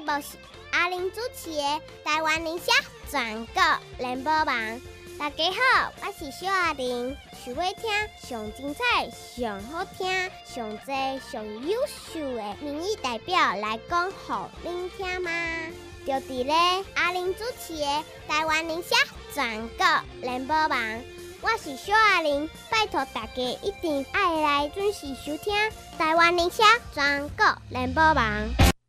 目是阿玲主持的台湾宁夏全国联播网。大家好，我是小阿玲，想要听上精彩、上好听、上多、上优秀的民意代表来讲予您听吗？就伫咧阿玲主持的台湾宁夏全国联播网。我是小阿玲，拜托大家一定要来准时收听台湾宁夏全国联播网。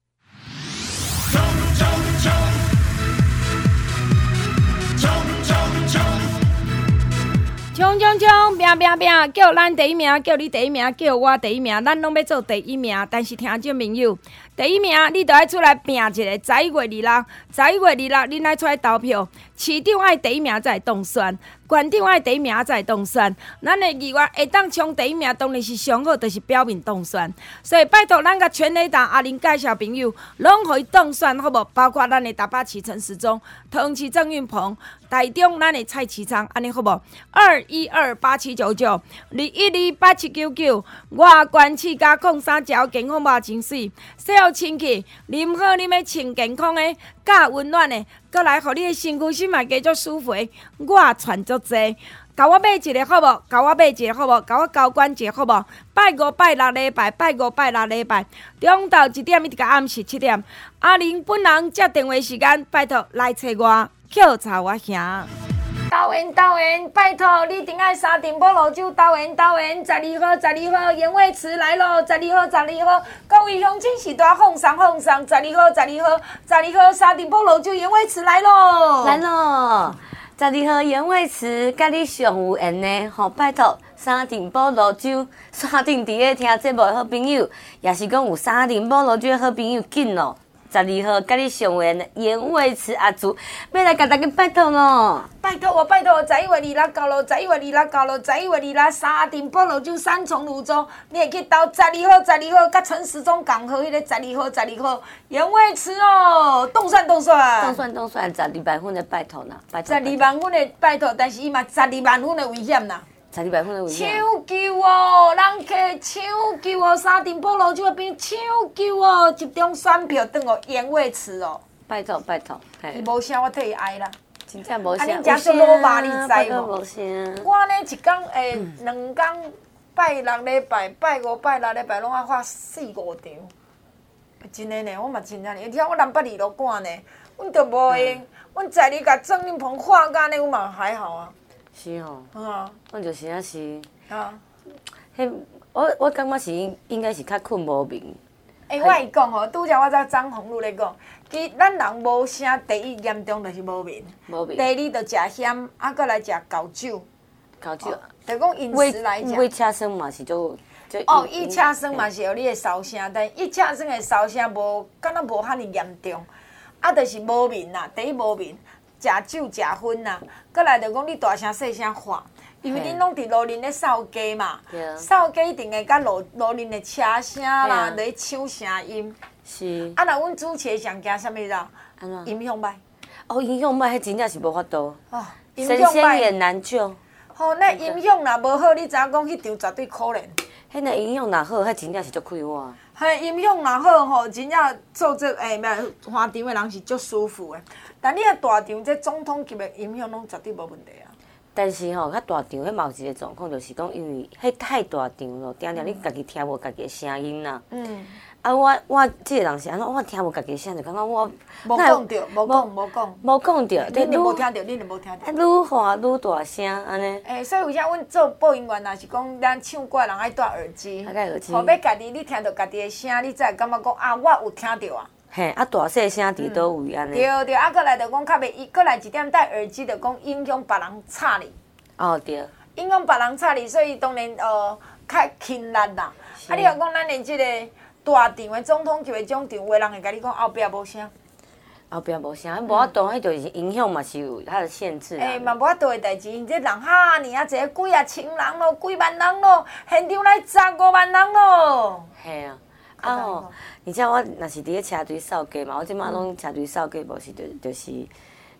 冲冲冲，拼拼拼！叫咱第一名，叫你第一名，叫我第一名，咱拢要做第一名。但是听众朋友，第一名你著爱出来拼一个。11月26，恁爱出来投票。市长爱第一名才会当选，县长爱第一名才会当选。咱的议员会当冲第一名，当然是上好，就是表面当选。所以拜托咱甲全雷达阿玲介绍朋友，拢互伊当选，好无？包括咱的台北市陈时中、桃园市郑运鹏、台中咱的蔡其昌，安尼好无？2128799，2128799，外观气加03条健康肉真水，洗好清气，啉好啉的清健康的，加温暖的。过来，互你的身躯心嘛加足舒服。我传足济，甲我买一个好无？甲我买一个好无？甲我交关一个好无？拜5拜6礼拜，拜5拜6礼拜，中昼1点一直到暗时7点。阿玲本人接电话时间，拜托来找我，捡查我兄。投缘，拜托你顶爱三重菠萝酒投缘，12号盐味池来咯，12号，各位乡亲是大奉上，12号，三重菠萝酒盐味池来咯 ，12号盐味池，甲你上有缘的，吼，拜托三重菠萝酒，三重伫咧听节目的好朋友，也是讲有三重菠萝酒的好朋友紧咯。12号，甲你上缘的盐味池阿祖，要来甲大家拜托咯！ 拜托，11月26到咯，11月26，三重菠萝酒三重泸州，你会去投12号，甲陈时中讲好，迄个12号盐味池哦，当选，12 万分的拜托啦 ，12万分的拜托，但是伊嘛12万分的危险啦。 12万分的危险。 抢救哦，人客抢救哦，三重菠萝酒那边抢救哦，集中选票转互盐味池哦。 拜托， 伊无声，我替伊哀啦。 真正无声。 啊，恁食做老爸，你知无？ 无声。 我呢一工2工拜6礼拜，拜5拜6礼拜，拢爱发4、5场。真的呢，我嘛真正呢，而且我南北二路赶呢，阮都无闲。阮在你甲郑运鹏画干呢，我嘛还好啊。 是哦， 啊， 我就是影是啊， 迄我感觉是应该是较困无眠。 我会讲吼，拄则我才张宏路咧讲，其实咱人无啥第一严重就是无眠，第二就食咸，啊，搁来食高酒，就讲饮食来讲。 胃车酸嘛是就哦，伊车酸嘛是有你的烧声，但伊车酸的烧声无，敢若无遐尼严重，啊，就是无眠啦，第一无眠。食酒食薰啦，搁来就讲你大声细声喊，因为恁拢伫路林咧扫街嘛，扫街一定会甲路林的车声啦，咧抢声音。 是。 啊，若阮主持的上惊啥物啦？音响歹。 哦，音响歹，迄真正是无法度。 哦， 神仙也难救。 吼，那音响若无好，你知影讲迄场绝对可怜。 迄个音响若好，迄真正是足快活。 嘿，音响若好吼，真正做这花场的人是足舒服的。但你啊大场，这总统级的音响拢绝对无问题啊。 但是吼，较大场，迄嘛有一个状况，就是讲，因为迄太大场咯，定定你家己听无家己的声音啦。啊，我即个人是安怎？我听无家己的声，就感觉我无讲着，无讲着。 恁就无听着，恁就无听着。 愈喊愈大声，安尼。 所以为啥阮做播音员，若是讲咱唱歌人爱戴耳机，后尾家己你听着家己的声，你才会感觉讲啊，我有听着啊。 嘿，啊大细声伫倒位安尼。 对，啊，搁来就讲较袂，搁来一点戴耳机就讲影响别人吵你。 哦，对。 影响别人吵你，所以当然较轻力啦。啊，你若讲咱的即个大场的总统级的种场，有的人会甲你讲后壁无声。 后壁无声，无法度，迄就是影响嘛是有它的限制啦。 嘛无法度的代志，这人哈尔啊，几啊千人咯，几万人咯，现场来15万人咯。 嘿啊。啊而且我若是伫咧车队扫街嘛，我即摆拢车队扫街，无是就是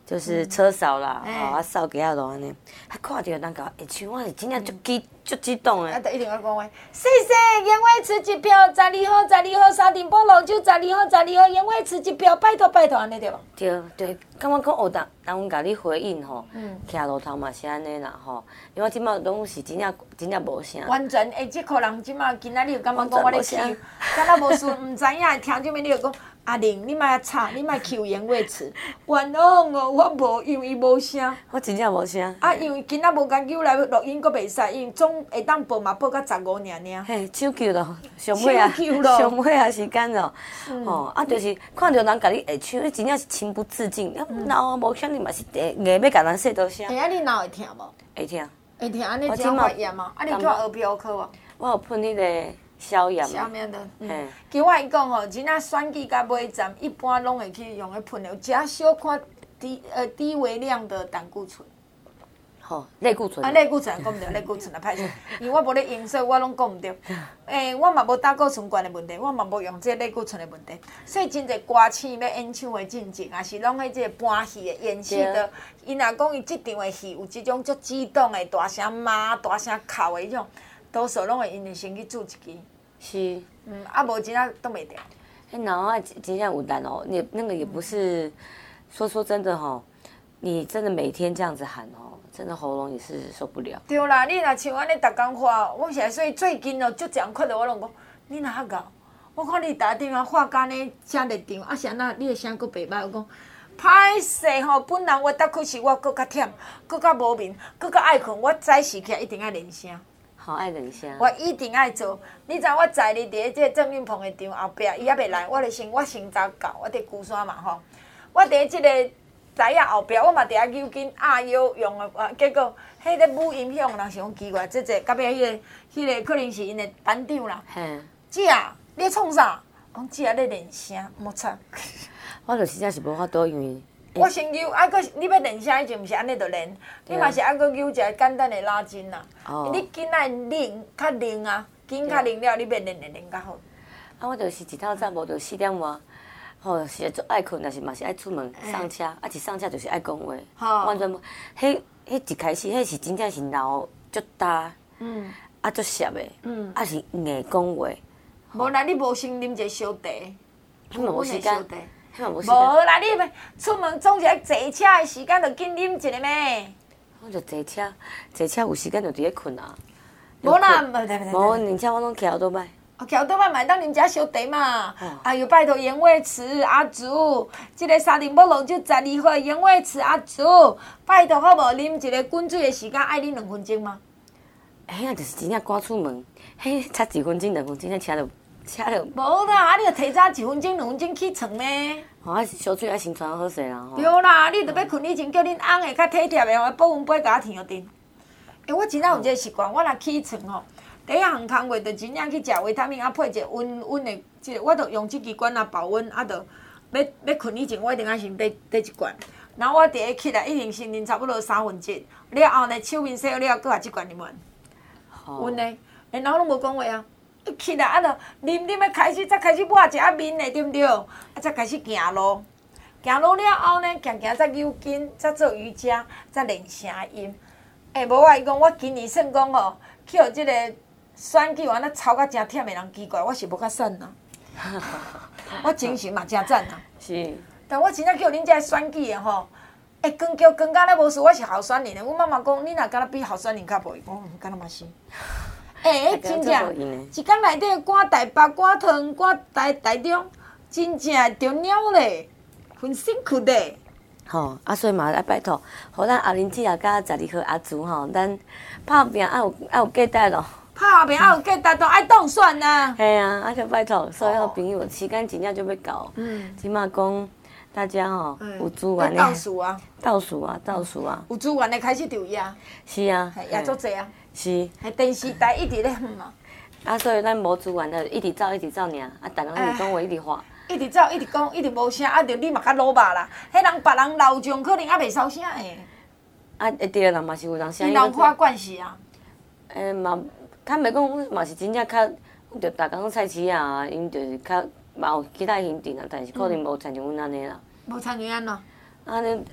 就是车扫啦，啊扫街啊路安尼，啊看到人甲会唱，我是真正足激动的。 啊，就一定要讲话，谢谢烟味池一票，12号12号沙丁波路酒12号12号烟味池一票，拜托拜托安尼对无？ 对，感觉讲当阮甲你回应吼，徛路头嘛是安尼啦吼，因为我即摆拢是真正无声。 完全即客人即摆今仔日就感觉讲我咧气，敢若无事，毋知影听什么你就讲。阿玲，你莫遐吵，你莫求言话词。冤枉哦，我无，因为伊无声。 我真正无声。 啊，因为今仔无研究来录音，阁袂使，因为总会当报嘛，报到15尔。 嘿，手球咯，上尾啊，上尾啊时间咯。吼，啊，就是看到人甲你会唱，你真正是情不自禁。闹无声，你嘛是硬要甲人说多声。 哎，啊，你闹会听无？ 会听。 会听，安尼真发炎嘛？啊，你叫耳鼻喉科无？ 我有喷迄个。消炎的，其实我来讲吼，真正选举甲尾站，一般拢会去用迄喷的，食小可低微量的胆固醇。 吼，类固醇。 啊，类固醇讲毋对，类固醇啊歹势，因为我无咧用，所以我拢讲毋对。我嘛无胆固醇高的问题，我嘛无用这类固醇的问题，所以真侪歌星要演唱会进前，也是拢喺这搬戏的演戏的，因若讲伊即场的戏有即种足激动的大声骂、大声哭的迄种，多数拢会因为先去注一支。 是， 啊，无真正都袂掉。 然后真正有难哦，你那个也不是，说真的吼，你真的每天这样子喊哦，真的喉咙也是受不了。 对啦，你若像安尼逐工发，我现在所以最近哦，足常看到我拢讲，你若遐敖，我看你打电话发甲呢遮热场，啊是安那，你的声佫袂歹，我讲歹势吼，本人我搭开始我佫较忝，佫较无眠，佫较爱困，我早时起来一定爱练声。 好爱人声， 我一定爱做。你知我载你伫即个郑运鹏的场后壁，伊还袂来，我先早到，我伫鼓山嘛吼。我伫即个台啊后壁，我嘛伫遐扭紧用的，结果迄个母音响人想奇怪，即到尾迄个可能是因的班长啦。姐啊，你创啥？讲姐啊，咧练声，莫惨。 我就实在是无法度，因为。 我先扭，佫你要练声以前，毋是安尼就练，你嘛是佫扭一个简单的拉筋啦。你紧爱练，较练啊，紧较练了，你要练较好。 啊，我就是一透早无就4点外，吼是足爱困，但是嘛是爱出门上车，啊一上车就是爱讲话，完全无。迄一开始，迄是真正是脑足大，啊足涩的，啊是硬讲话。 无啦，你无先啉一个小茶， 无时间。 无啦，你出门总是坐车的时间，就紧啉一个咩？ 我就坐车有时间就伫咧困啊。 无啦， 无，而且我拢徛倒摆。 徛倒摆嘛，当啉只小茶嘛。哎呦，拜托盐味池阿祖，即个沙丁堡路就12号盐味池阿祖，拜托好无？啉一个滚水的时间爱啉2分钟吗？ 迄啊，就是真正赶出门，迄差1分钟2分钟，那车就。 无啦，啊！你着提早1分钟2分钟起床咩？ 啊，小水爱先穿好势啦。 对啦，你着要困以前，叫恁翁的较体贴的，保温杯甲我听定。我真正有一个习惯，我若起床吼，第一项工作着真正去食维他命，啊配一个温的，即个我着用即支管啊保温，啊着要困以前，我一定爱先买一罐。然后我第一起来，一定先啉差不多1/3，了后呢手面洗好了，搁下即罐啉完。温的，然后拢无讲话啊。起来啊，着啉要开始，才开始抹一下面的，对毋对？啊，才开始行路，行路了后呢，行才扭筋，才做瑜伽，才练声音。无我伊讲，我今年算讲吼，去互即个选举安尼操甲真忝的人奇怪，我是无较瘦呐。我精神嘛真赞呐。 是。 但我真正去互恁遮选举的吼，光叫光甲咧无事，我是候选人的。阮妈妈讲，你若敢若比候选人较无，我敢若嘛是。真正，一工内底赶台北、赶桃、赶台中，真正着鸟咧，分辛苦的。 吼，所以嘛爱拜托，互咱阿玲姐啊，甲12号阿祖吼，咱拍拼爱有价值咯。 拍拼爱有价值，都爱当选呐。 系啊，就拜托所有朋友，时间真正就要到。即马讲大家吼有资源的。 倒数啊！ 有资源的开始就压。 是啊。 压足济啊。 是。 电视台一直咧嘛。 所以咱无资源的，一直走尔，逐工一直讲话，一直发。 一直走，一直讲，一直无声，啊！着你嘛较老吧啦。迄人别人老将可能还袂收声诶。 会对人嘛是有人声。 因老花惯势啊。 嘛，坦白讲，嘛是真正较，着逐工菜市啊，因就是较嘛有其他行程啊，但是可能无参像阮安尼啦。 无参像安怎？ 安尼，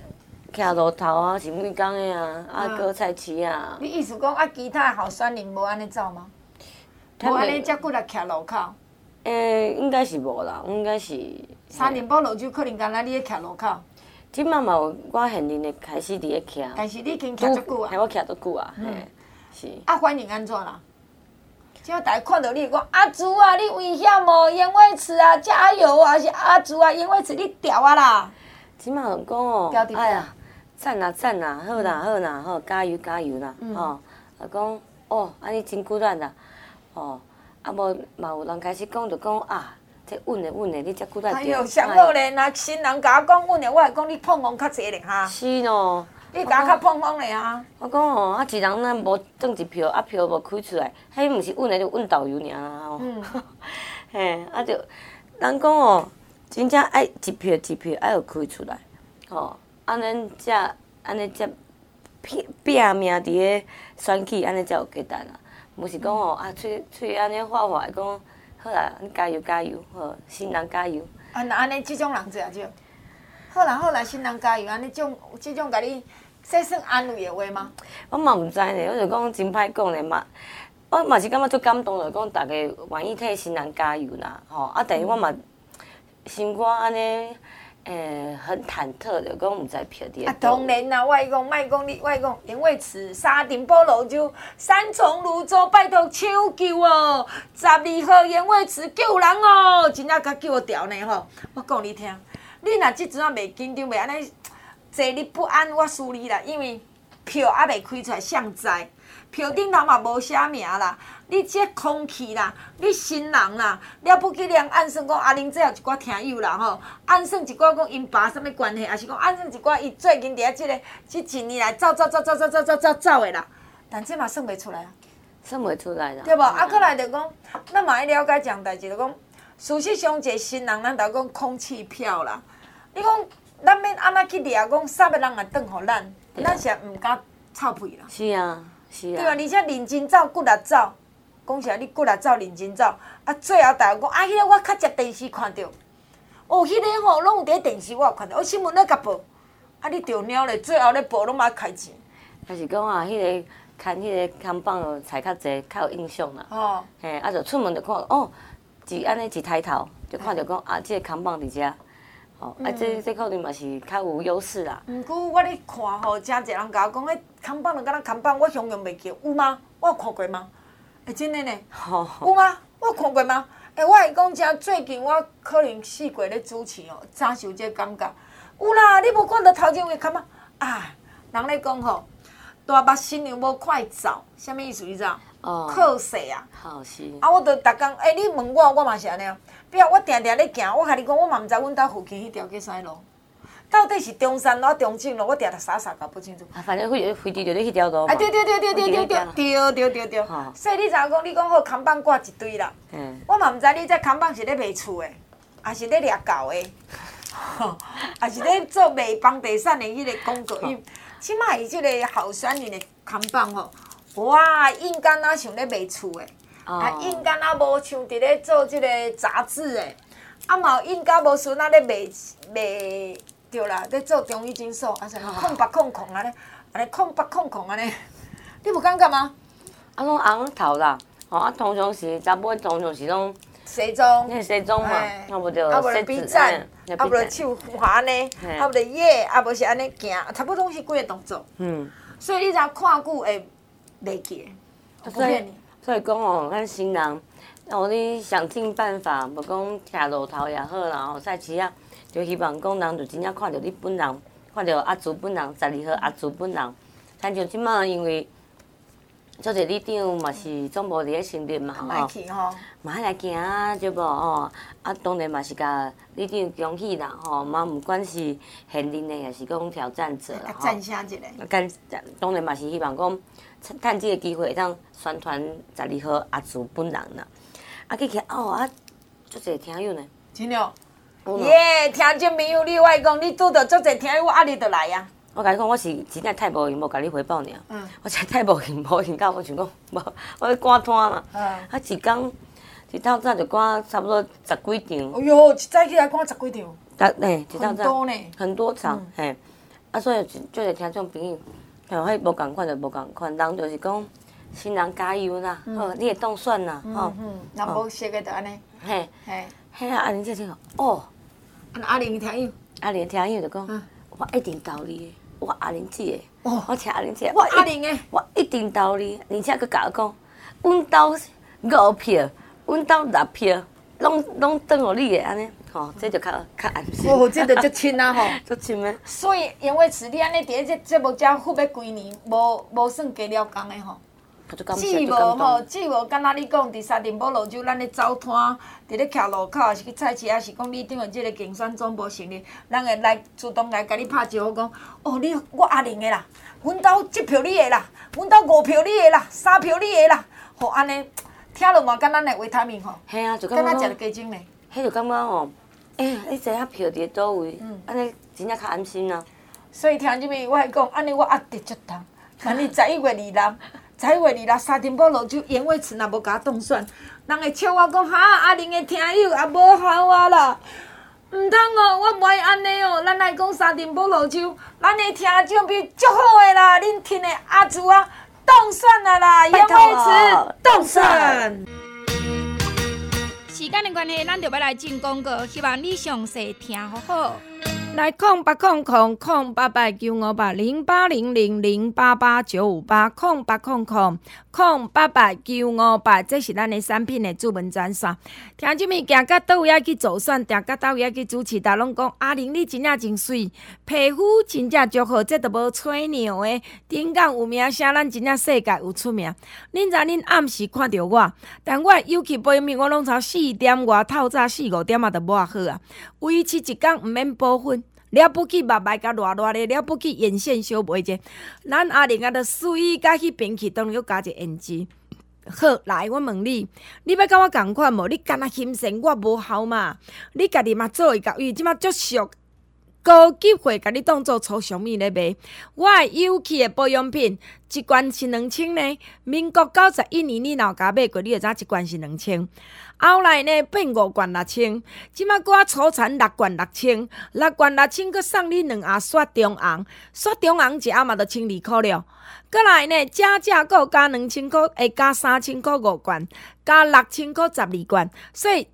徛路头啊，是每工的啊，割菜市啊。 你意思讲其他的候选人无安尼走吗？无安尼遮骨力徛路口？ 应该是无啦，应该是。 沙林堡路就可能干那你咧徛路口。 即摆嘛有我现任的开始伫咧徛。 但是你已经徛足久啊。 我徛足久啊，是。 反应安怎啦？即摆大家看到你讲阿朱啊，你危险哦，严伟慈啊，加油啊！是阿朱啊，严伟慈你调啊啦！ 即摆讲哦，哎呀，赞啊赞啊，好啦好啦，好加油加油啦，吼！啊讲哦，安尼真骨力啦，哦，啊无嘛有人开始讲就讲啊，这稳的稳的，你这骨力。 哎呦，上好咧！若新人甲我讲稳的，我会讲你碰风较济咧哈。 是咯。 你甲我较碰风咧哈。 我讲哦，一人咱无中一票，票无开出来，迄毋是稳的，就稳导游尔啦吼。嘿，就人讲哦，真正爱一票爱有开出来，吼，咱安尼才拼命伫咧选举，安尼才有价值啊。毋是讲哦喙安尼画讲，好啦，加油加油，好，新人加油。 那安尼即种人侪少。好啦，新人加油！安尼即种甲你，这算安慰的话吗？ 我嘛毋知呢，我就讲真歹讲咧嘛。我嘛是感觉足感动，就讲大家愿意替新人加油啦，吼！但是我嘛心肝安尼，很忐忑的，讲毋知票伫。 当然啦，我讲莫讲你，我讲严伟慈、沙丁堡泸州、三重泸州，拜托抢救哦！12号严伟慈救人哦，真正甲救掉呢吼！我讲你听。你若即阵袂紧张，袂安尼坐你不安，我输你啦，因为票还袂开出来，谁知？票顶头嘛无写名啦，你这空气啦，你新人啦，了不起连暗算讲阿玲这有一寡听友啦吼，暗算一寡讲因爸啥物关系，还是讲暗算一寡伊最近伫遐即一年来走的啦，但这嘛算袂出来啊， 算袂出来啦， 对无？啊，过来就讲，咱嘛爱了解一样代志，就讲。事实上，一个新人，咱就讲空气票啦。你讲，咱免安怎去掠，讲啥物人也转互咱，咱是毋敢臭屁啦。 是啊，是啊。 对啊，而且认真走，骨力走，讲实你骨力走，认真走。啊，最后大家讲，迄个我较接电视看到，哦，迄个吼，拢有伫电视我有看到，我新闻咧甲报，啊，你着鸟咧，最后咧报拢嘛开钱。 还是讲啊，迄个看迄个看板哦，菜较济，较有印象啦。哦。嘿，啊，就出门就看哦。是安尼一抬头就看到讲啊，即个看板伫遮，吼，啊，这可能嘛是较有优势啦。 毋过我咧看吼，真侪人甲我讲，迄看板就敢若看板，我形容袂记，有吗？我有看过吗？真的呢？有吗？我有看过吗？我会讲真，最近我可能试过咧主持哦，早受这感觉。有啦，你无看到头前有个看板？啊，人咧讲吼，大目新娘无快走，啥物意思？你知道？靠势啊！ 好是。 啊，我著逐工，你问我，我嘛是安尼啊。比如我定定咧行，我甲你讲，我嘛毋知阮兜附近迄条叫啥路，到底是中山路、中正路，我定定傻搞不清楚。 反正飞机就咧迄条路嘛。 对。所以你知影讲，你讲好看板挂一堆啦。我嘛毋知你这看板是咧卖厝的，还是咧掠狗的，还是咧做卖房地产的迄个工作。即摆伊即个候选人的看板吼。哇，应敢若像咧卖厝的，应敢若无像伫咧做即个杂志的，嘛应敢无像咧卖对啦，咧做中医诊所，啥空白空安尼空白空安尼，你无感觉吗？ 拢红头啦，通常是查某通常是拢西装， 西装嘛，无就比赞，无就手滑呢，无就耶，无是安尼行，差不多是几个动作。所以你知看久会。袂记， 所以讲哦，咱新人，你想尽办法，无讲徛路头也好啦，吼，赛市啊，就希望讲人就真正看到你本人，看到阿朱本人，12号阿朱本人。像即摆因为，做者里长嘛是总无伫咧成立嘛， 嘛爱来行啊，对无吼？啊，当然嘛是甲里长恭喜啦，吼，嘛毋管是现任的，也是讲挑战者啦， 吼。赞声一下。当然嘛是希望讲。趁这个机会，当宣传12号阿朱本人啦。去足侪听友呢。 真的。耶，听众朋友，你我讲，你拄到足侪听友，我压力就来啊。 我甲你讲，我是真正太无闲，无甲你回报尔。我真太无闲到我想讲，我咧赶摊嘛。一工一透早就赶差不多10几场。 哎呦，一早起来赶10几场。 一透早。 很多呢。 很多场，嘿。 所以就个听众朋友，迄无共款就无共款，人就是讲新人加油啦，好，你会当选啦，吼。 若无熟的就安尼。 嘿， 嘿， 嘿啊，阿玲姐听哦， 阿玲听友， 阿玲听友就讲，我一定投你的，我阿玲姐的，我请阿玲姐， 我阿玲的， 我一定投你，而且佮甲我讲，阮兜5票，阮兜6票，拢转互你的安尼，吼，这就较安心。 哦，这就足亲啊吼， 足亲的。 所以杨伟慈，你安尼伫这节目遮翕要几年，无算加了工的吼。只无敢若你讲，伫沙丁堡路州，咱咧走摊，伫咧徛路口，还是去菜市，还是讲你顶的即个竞选总部成立，咱会来主动来甲你拍招呼，讲哦，我阿玲的啦，阮兜1票你的啦，阮兜5票你的啦，3票你的啦，吼安尼听落嘛，敢咱的维他命吼， 嘿啊，就敢若食了鸡精呢。 迄就感觉吼，你知影票伫倒位，安尼真正较安心啊。 所以听即面我会讲，安尼我压力足重。万一11月26，沙丁堡路州杨伟慈若无甲我当选，人会笑我讲哈，阿玲的听友也无效我啦。毋通哦，我唔爱安尼哦。咱来讲沙丁堡路州，咱的听众朋友足好的啦，恁听的阿祖啊，当选啊啦，杨伟慈当选。时间的关系，咱就要来进广告，希望你详细听好好。来0800-088-958，0800-088-958，这是咱的产品的主文专线。听即物行到倒位仔去做选，定到倒位仔去主持，大拢讲阿玲你真正真水，皮肤真正足好，这都无吹牛的。顶港有名声，咱真正世界有出名。恁知恁暗时看到我，但我尤其保养品，我拢超4点外，透早4-5点啊，就抹好啊。维持一工毋免补粉。了不起目眉甲热热的，了不起眼线小眉者，咱阿玲啊，着水甲迄边去，当然要加一胭脂。好，来，我问你，你要甲我共款无？你干那心神，我无效嘛？你家己嘛做会到，伊即马足俗，高级货甲你当做粗俗物咧卖。我的有气的保养品，一罐是2000呢。民国91年你若甲买过，你就知一罐是2000。后来呢变5罐6000，即马我初产6罐6000，6罐6000，佮送你2盒雪中红，雪中红一盒嘛就12块了。佮来呢，加价佮加2000块，会加3000块5罐，加6000块12罐，所以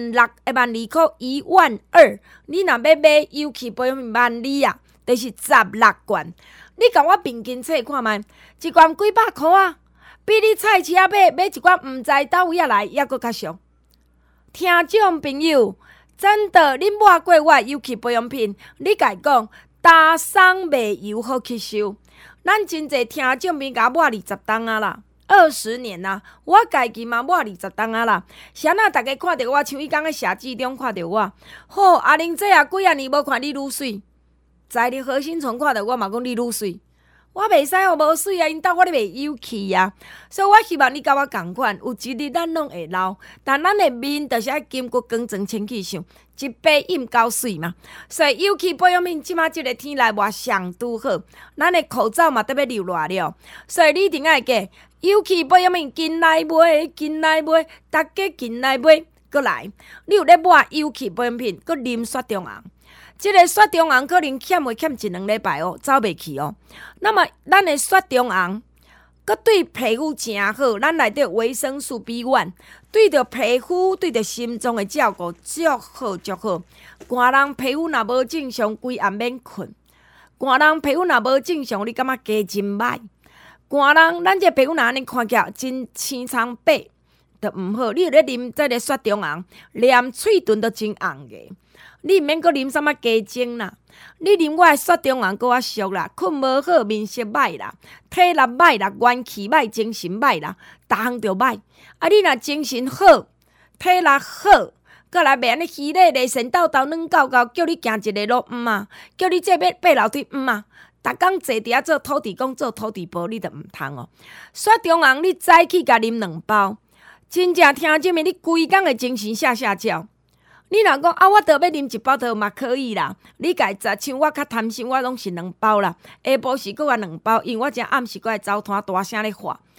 12000块12000。你若要买有气保养品12000啊，就是16罐。你甲我平均测看觅，一罐几百块啊，比你菜市仔买一罐毋知倒位仔来抑佫较俗。听众朋友，真的，恁抹过我有气保养品，你甲伊讲，打霜袂油好吸收。咱真侪听众朋友甲抹20档啊啦，20年啊，我家己嘛抹20档啊啦。谁若大家看到我，像伊讲个社志中看到我，好，阿玲姐啊，几啊年无看你愈水，在你核心村看到我嘛讲你愈水。我袂使互无水啊，因兜我咧袂有气啊，所以我希望你甲我共款，有一日咱拢会老，但咱的面就是爱经过光泉清气上，一杯饮够水嘛。所以有气保养品即马即个天来热上拄好，咱的口罩嘛得要流热了，所以你一定爱加有气保养品，紧来买，大家紧来买，过来，你有咧抹有气保养品，搁啉雪中红。即个雪中红可能欠1-2礼拜哦，走袂去哦。那么咱的雪中红，佮对皮肤诚好，咱内底维生素 B1， 对着皮肤、对着心脏的照顾足好。寒人皮肤若无正常，规暗免困；寒人皮肤若无正常，你感觉加真歹。寒人咱这皮肤若安尼看起来真青苍白，就毋好。你有咧啉这个雪中红，连喙唇都真红个。你毋免阁啉啥物鸡精啦，你啉我的雪中红搁较俗啦，困无好，面色歹啦，体力歹啦，元气歹，精神歹啦，逐项着歹。啊，你若精神好，体力好，搁来袂安尼虚咧咧，神叨叨软狗狗，叫你行一个路毋啊，叫你这要爬楼梯毋啊，逐工坐伫遐做土地公做土地婆，你着毋通哦。雪中红你早起甲啉2包，真正听这面你规工的精神下照。你若讲啊，我倒要啉1包倒嘛可以啦。你家食像我较贪心，我拢是2包啦。下晡时搁加2包，因为我正暗时搁来走摊大声咧喊。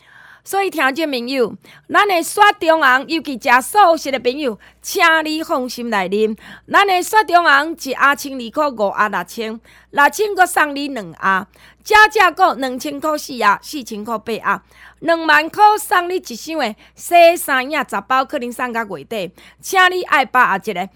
所以，听众朋友，咱的雪中红，尤其食素食的朋友，请你放心来啉。咱的雪中红一盒1,200块，5盒6000，6000阁送你2盒，价购2000块4盒，4000块8盒，20000块送你一箱的洗衫影10包，可能送到月底。请你爱把握一个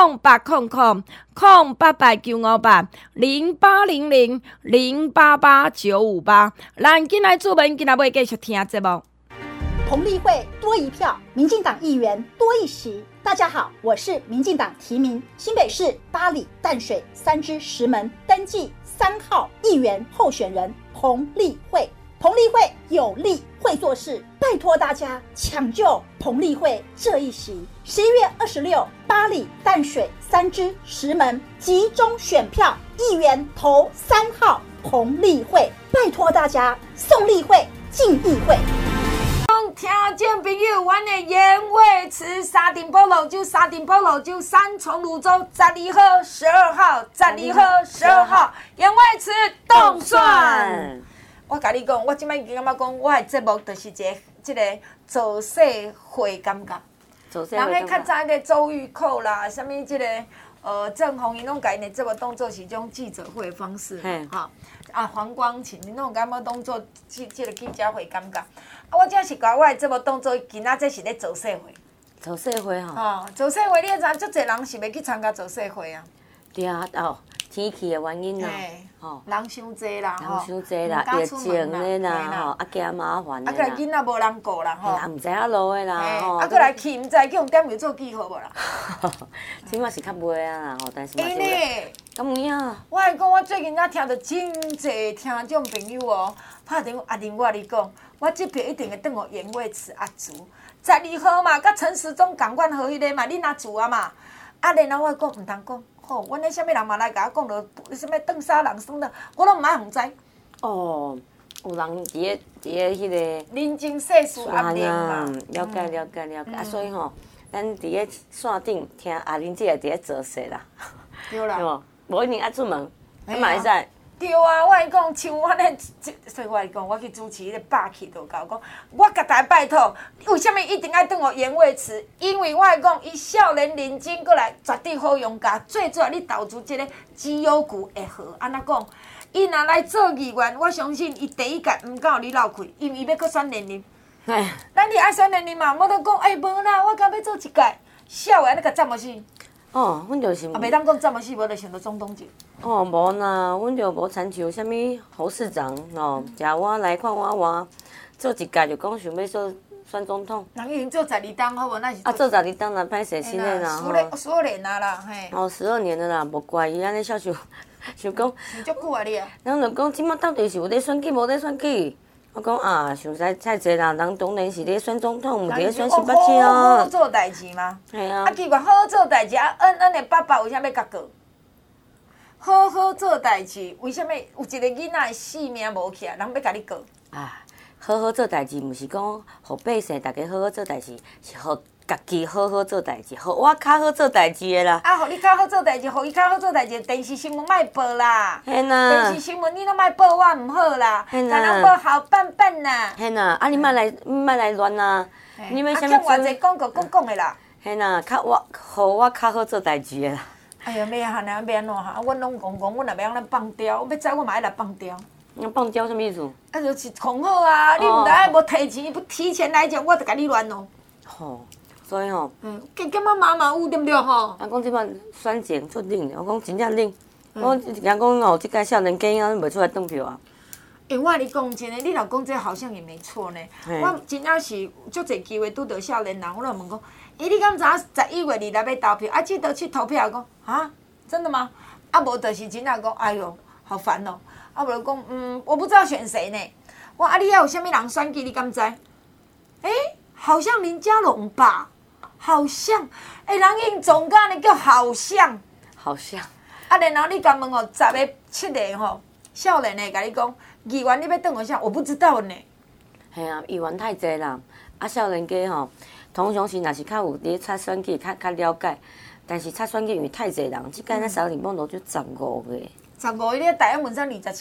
0800-088958-0800-088958，咱进来主文，今仔要继续听节目。 彭丽慧多一票，民进党议员多一席。大家好，我是民进党提名新北市八里淡水3支石门登记3号议员候选人彭丽慧。彭丽慧有力会做事，拜托大家抢救彭丽慧这一席。11月26，八里淡水3支石门集中选票，议员投3号彭丽慧，拜托大家送丽慧进议会。 听众朋友，阮的盐味池沙丁堡路酒3重泸州12号、12号、12号、12号，盐味池冻蒜。我甲你讲，我即摆已经感觉讲，我的节目就是一个造势会感觉。人迄较早个周玉蔻啦，啥物即个郑红伊拢甲因的节目当作是种记者会的方式，哈。黄光芹，你拢感觉当作即个记者会感觉。我只是甲我的节目当作今仔这是咧造势会。 造势会吼。 造势会，你会知影，足侪人是要去参加造势会啊。 对啊，天气的原因啦， 人伤济啦， 人伤济啦，疫情咧啦，惊麻烦啦， 过来囡仔无人顾啦， 毋知影路的啦， 过来去毋知去用点油做记号无啦。 即马是较袂啊啦，但是嘛是。敢有影？ 我来讲，我最近才听到真侪听众朋友哦，拍电话阿玲，我甲你讲，我这票一定会转互盐味池阿竹，12号嘛，甲陈时中共款和迄个嘛，恁阿竹啊嘛，然后我讲毋通讲。阮迄啥物人嘛来甲我讲着，啥物顿沙人耍的，我拢毋爱互知。 有人伫个迄个人情世事压力嘛。 了解。所以吼，咱伫个线顶听阿玲姐伫咧做事啦。 对啦。 无一定爱出门，嘛会使。 对啊，我来讲，像我咧，所以我来讲，我去主持迄个霸气，就甲我讲，我甲大家拜托，为什么一定爱转互盐味池？因为我来讲，伊少年认真过来，绝对好用家。最主要你投资即个绩优股会好，安怎讲？伊若来做议员，我相信伊第一届毋敢互你闹开，因为伊要搁选连任。咱你爱选连任嘛？无得讲，无啦，我敢要做一届，少个你甲占无死。 阮就是。 袂当讲占无死，无就想到总统去。 无啦，阮就无亲像啥物侯市长食我来看我做一届就讲想要做选总统。 人已经做12档，好无？那是。 做12档啦，歹势新的啦。 10年啊啦，嘿。 12年了啦，无怪伊安尼想想讲。 想足久啊你啊。 人就讲即马到底是有咧选举，无咧选举？我讲想使太济啦，人当然是咧选总统，毋伫咧选新北市好好做代志嘛。 系啊。 奇怪，好好做代志咱的爸爸为啥要甲过？好好做代志，为什么有一个囡仔的性命无起来，人要甲你过？ 好好做代志，毋是讲互百姓大家好好做代志，是互家己好好做代志，互我较好做代志的啦。 互你较好做代志，互伊较好做代志，电视新闻莫报啦。 嘿呐。 电视新闻你拢莫报我毋好啦。 嘿呐。 咱拢报好办办啦。 嘿呐，你莫来乱啦。 你要啥物？欠偌济广告讲的啦。 嘿呐，互我较好做代志的啦。 哎呀，要安怎哈？阮拢讲，阮若要安尼放刁，要走我嘛爱来放刁。 放刁什么意思？ 就是恐吓啊！你毋知无提钱，不提前来讲，我就甲你乱咯。 所以加减嘛有对不对吼？ 讲即摆选情出冷，我讲真正冷。我人讲即届少年家囝袂出来当票啊。 我甲你讲真诶，你若讲这好像也没错呢。我真正是足侪机会拄到少年人，我就问讲。你敢知影11月2日要投票？记得去投票。讲真的吗？无就是真正讲，哎呦，好烦哦。无就讲，我不知道选谁呢。我你还有啥物人选举？你敢知？好像林佳龙吧？好像。人应总干呢叫好像。 好像。 然后你敢问10月7日少年的甲你讲，议员你要转互啥？我不知道呢。 系啊，议员太济啦。少年家通常是若是较有咧插选举，较了解，但是插选举因为太济人，即间咱3联邦路就15个。15 个，你台湾文山27个。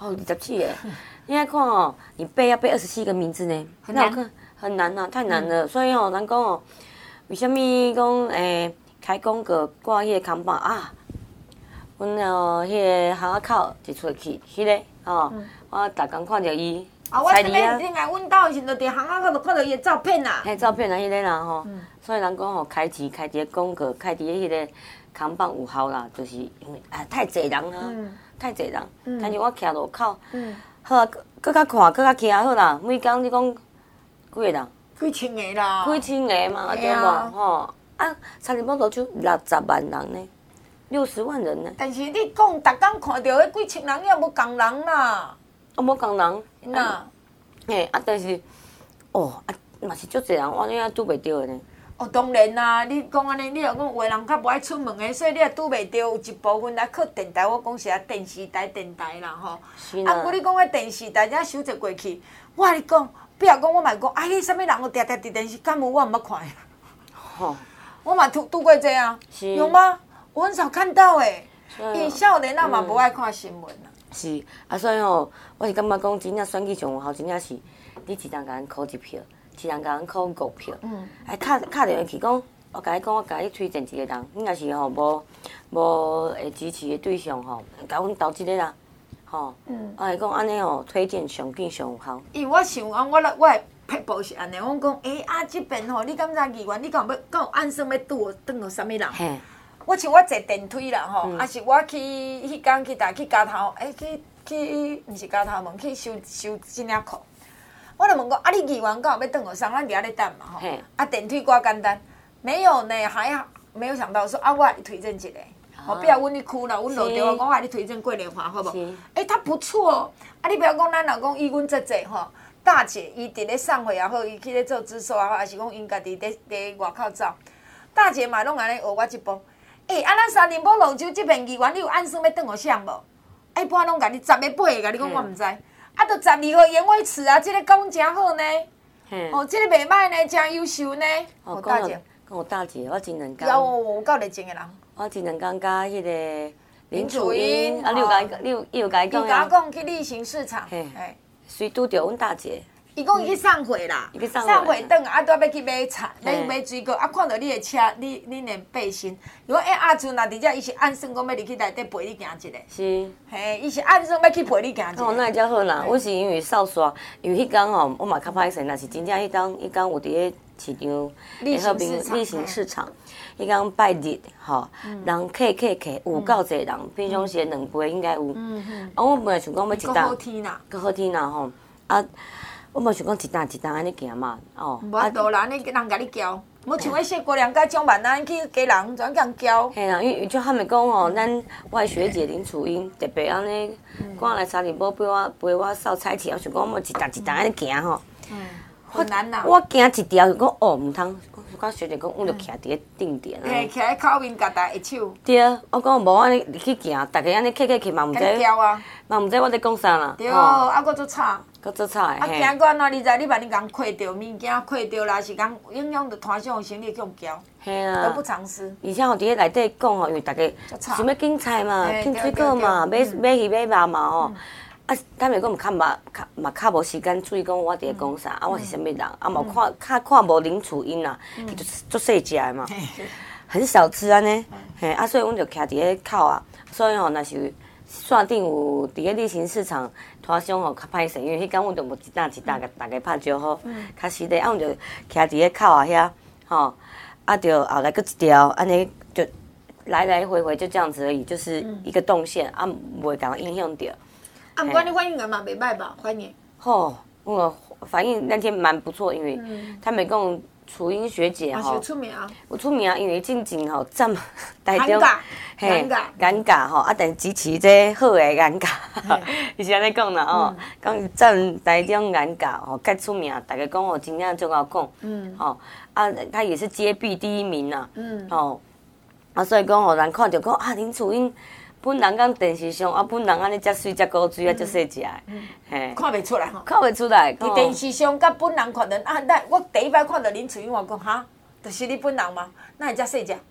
哦，27个，你来看哦，你背要背27个名字呢， 很难， 很难呐，太难了。所以哦，咱讲哦，为什么讲开工个挂迄个扛棒啊？阮迄个巷仔口一出去，迄个哦，我逐工看着伊。 啊，我前面顶下阮兜以前就伫巷仔口就看到伊的照片啦。 迄照片啊，迄个啦吼，所以人讲吼，开一个广告，开伫迄个扛棒有效啦，就是因为太侪人啊，太侪人。但是我徛路口，好啊，搁较看，搁较徛好啦。每工你讲几个人？ 几千个啦。 几千个嘛，对无？吼啊，沙林堡路就60万人呢，60万人呢。 但是你讲，逐工看到迄几千人，也无共人啦。 啊，无共人。 呐。 嘿，啊，但是，哦，啊，嘛是足侪人，我怎拄袂着的呢？ 哦，当然啦，你讲安尼，你若讲有的人较无爱出门的，所以你也拄袂着。有一部分来靠电台，我讲是啊，电视台、电台啦吼。 是啦。 啊，不过你讲迄电视台才收集过去，我甲你讲，比如讲我嘛讲，哎，你啥物人有定定伫电视，敢有我毋捌看的。吼。我嘛拄过这啊。是。有吗？我很少看到诶。因为少年仔嘛无爱看新闻啦。 是，啊，所以吼，我是感觉讲真正选举上有效，真正是你一人甲人扣1票，一人甲人扣5票。哎，敲电话去讲，我甲你讲，我甲你推荐一个人，你若是吼无会支持的对象吼，甲阮投一个啦，吼。我来讲安尼吼，推荐上紧上有效。 因为我想讲，我的撇步是安尼，我讲，即边吼，你敢知议员，你敢有按算要转到啥物人？我像我坐电梯啦吼，啊是我去迄天去家头，去毋是家头门去收纪念库。我就问讲，啊你议员敢有要转互啥？咱伫遐咧等嘛吼。啊电梯偌简单，没有呢，还没有想到说啊，我给你推荐一个。哦，比如阮迄区啦，阮路条我讲我给你推荐桂莲花，好无？他不错。啊你不要讲咱若讲以阮这济吼，大姐伊伫咧送货也好，伊去咧做直售也好，还是讲因家己伫外口走，大姐嘛拢安尼学我一步。咱沙林堡路州这边议员，你有按算要转互啥无？一般拢甲你10个8个，甲你讲我毋知。啊，都12号演委池啊，这个讲真好呢。哦，这个袂歹呢，真优秀呢。 哦，大姐，讲有大姐，我前2天。 有够热情的人。 我前2天甲迄个林楚英，啊，你有甲伊讲？ 伊甲我讲去例行市场。 随拄着阮大姐。 伊讲伊去送货啦，送货转啊，拄要去买菜，买水果，啊，看到你的车，恁的背心，如果阿俊若伫遮，伊是按算讲要入去内底陪你行一个。 是。 嘿，伊是按算要去陪你行一个。 哦，那会较好啦。我是因为扫刷，因为迄天吼，我嘛较歹势，若是真正迄天有伫咧市场，例行市场，迄天拜日吼，人客有够侪人，平常时2倍应该有。啊，我本来想讲要一担，搁好天啦吼，啊。我嘛想讲一担安尼行嘛，哦。 无法度啦，你人甲你交，无像迄小姑娘甲蒋万安去家人全甲人交。 嘿啦，因为就他们讲吼，咱我学姐林楚英特别安尼赶来沙林堡陪我扫菜市，我想讲我一担安尼行吼。 很难啦。 我行一条就讲哦，毋通，我学姐讲，我就徛伫咧定点啊。 嘿，徛咧口面夹大一手。 对，我讲无安尼去行，逐个安尼客嘛毋知。 交啊。 嘛毋知我伫讲啥啦。 对，啊，搁做吵。 搁做吵的。啊，行过安怎？你知？你万一讲揢着物件，揢着啦，是讲影响着摊上行李去用交。 嘿啦。 得不偿失。 而且吼，伫咧内底讲吼，因为逐个想要拣菜嘛，拣水果嘛，买鱼买肉嘛吼。啊，坦白讲，较无时间注意讲我伫咧讲啥，啊，我是啥物人，啊，嘛看无林楚英啦，伊就足细只的嘛，很小只安尼，嘿，啊，所以阮就徛伫咧口啊，所以吼，若是线顶有伫咧例行市场摊商吼较歹势，因为迄天阮就无一担甲大家拍招呼，较实在，啊，阮就徛伫咧口啊遐，吼，啊，就后来搁一条安尼就来回就这样子而已，就是一个动线，啊，袂甲影响到。 啊，不过你反应也嘛袂歹吧？反应。 吼，我反应那天蛮不错，因为他们讲楚英学姐吼，有出名啊。 有出名啊，因为进前吼站台中，尴尬吼，啊，但支持这好的尴尬，伊是安尼讲啦吼，讲站台中尴尬吼，较出名，大家讲吼真正最好讲，吼啊，他也是接臂第1名啦，吼啊，所以讲吼人看着讲啊林楚英。本人讲电视上啊，本人安尼遮水遮古水啊，遮细只的， 嘿，看袂出来吼， 看袂出来。 伫电视上甲本人看到啊，我第一摆看到林楚英，我讲哈，就是你本人吗？哪会遮细只？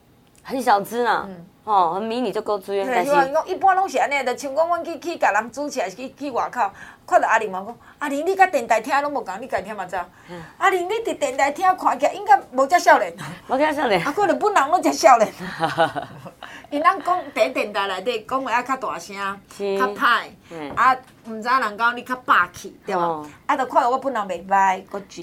很小只啦，吼，很迷你就够水的，但是讲一般拢是安尼，就像讲阮去甲人煮起来，去外口，看到阿玲嘛讲，阿玲你甲电台听拢无共，你家听嘛知？阿玲你伫电台听看起来应该无遮少年， 无遮少年， 啊，可能本人拢遮少年。因咱讲伫电台内底讲话啊较大声，较歹，啊，毋知人讲你较霸气，对无？啊，就看到我本人袂歹，国剧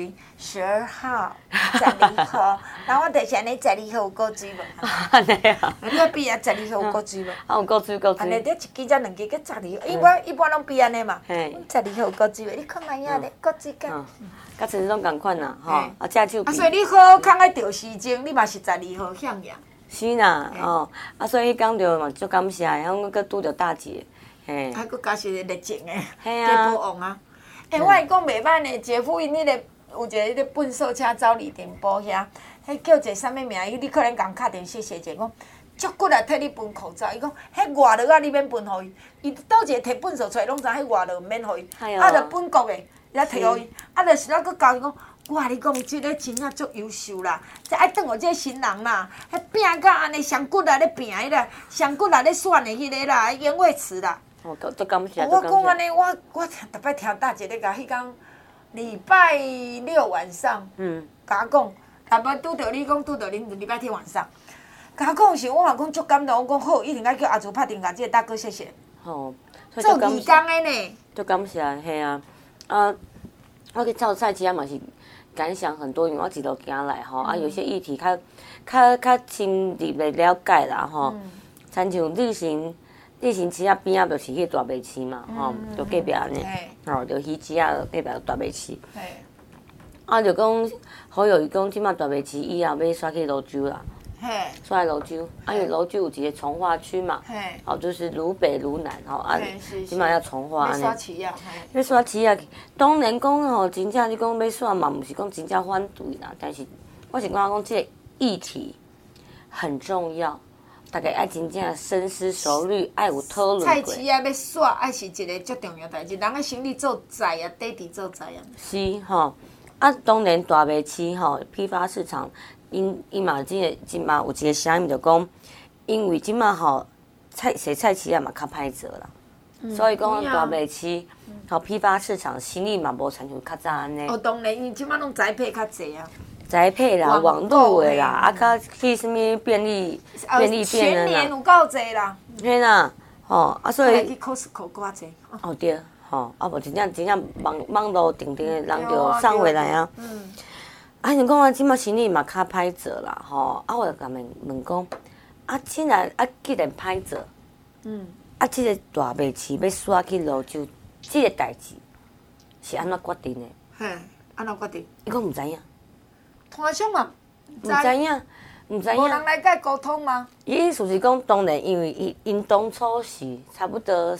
12号12号，然后我就是安尼12号有够水无？ 安尼啊？ 你要比啊12号有够水无？ 啊，有够水够安尼水。 得一支才两支，佮12号，一般拢比安尼嘛。12号有够水的，你看卖遐咧，够水个。 甲陈总共款啦，吼，啊，遮手。 啊，所以你好康爱钓时钟，你嘛是12号向阳。 是啦，哦，啊，所以迄工着嘛足感谢，然后佮拄着大姐，嘿， 还佫加是热情的， 嘿啊， 节王啊！我会讲袂歹呢，姐夫因迄个有一个迄个粪扫车走离电波遐，迄叫一个啥物名？你可能共敲电谢谢者讲，足骨来替你分口罩。伊讲，迄外劳啊，你免分互伊，伊倒一个摕粪扫出来，拢知迄外劳毋免互伊，啊，着本国的，才摕互伊，啊，就是咱佫教伊讲。我甲你讲，即个真正足优秀啦！这爱当我这个新人啦，迄拼甲安尼，上骨来咧拼迄个，上骨来咧选的迄个啦，演卫词啦。 哦，足感谢， 我讲安尼，我逐摆听大姐咧甲迄天礼拜六晚上，甲我讲，若要拄着你讲拄着恁礼拜天晚上，甲我讲时，我嘛讲足感动，我讲好，一定爱叫阿祖拍电话，即个大哥谢谢。 吼， 做义工的呢。 足感谢，嘿啊，啊，我去照菜市啊嘛是。感想很多，因为我一路行来吼，啊，有些议题较深入的了解啦吼。亲像例行市啊边啊，就是迄大卖市嘛吼，就隔壁安尼，吼，就鱼市啊隔壁大卖市。啊，就讲好友伊讲，即马大卖市以后要刷去泸州啦，刷去泸州，啊，因为泸州有一个从化区嘛，哦，就是芦北、芦南吼，啊，即马要从化安尼。要刷市啊，当然讲吼，真正你讲要刷嘛，毋是讲真正反对啦，但是我是感觉讲这个议题很重要，大家爱真正深思熟虑，爱有讨论过。 菜市啊要刷，爱是一个足重要代志，人个心里做在啊，底底做在啊。 是吼，啊，当然大卖市吼，批发市场。因嘛，即嘛有一个声音就讲，因为即马吼菜市啊嘛较歹做啦，所以讲大卖市吼批发市场生意嘛无亲像较早安尼。 哦，当然，因为即马拢宅配较济啊。 宅配啦，网络的啦，啊，较去什物便利店全年有够济啦。 嘿啦，吼啊，所以去 Costco 偌济。 哦对，吼啊无真正网络定定的人就送回来啊。啊，像讲啊，即马生意嘛较歹做啦，吼，啊，我就甲问讲，啊，既然歹做，啊，即个大卖市要刷去泸州，即个代志是安怎决定的？ 嘿，安怎决定？ 伊讲毋知影， 摊商嘛毋知影， 无人来甲伊沟通吗？ 伊意思是讲，当然，因为因当初是差不多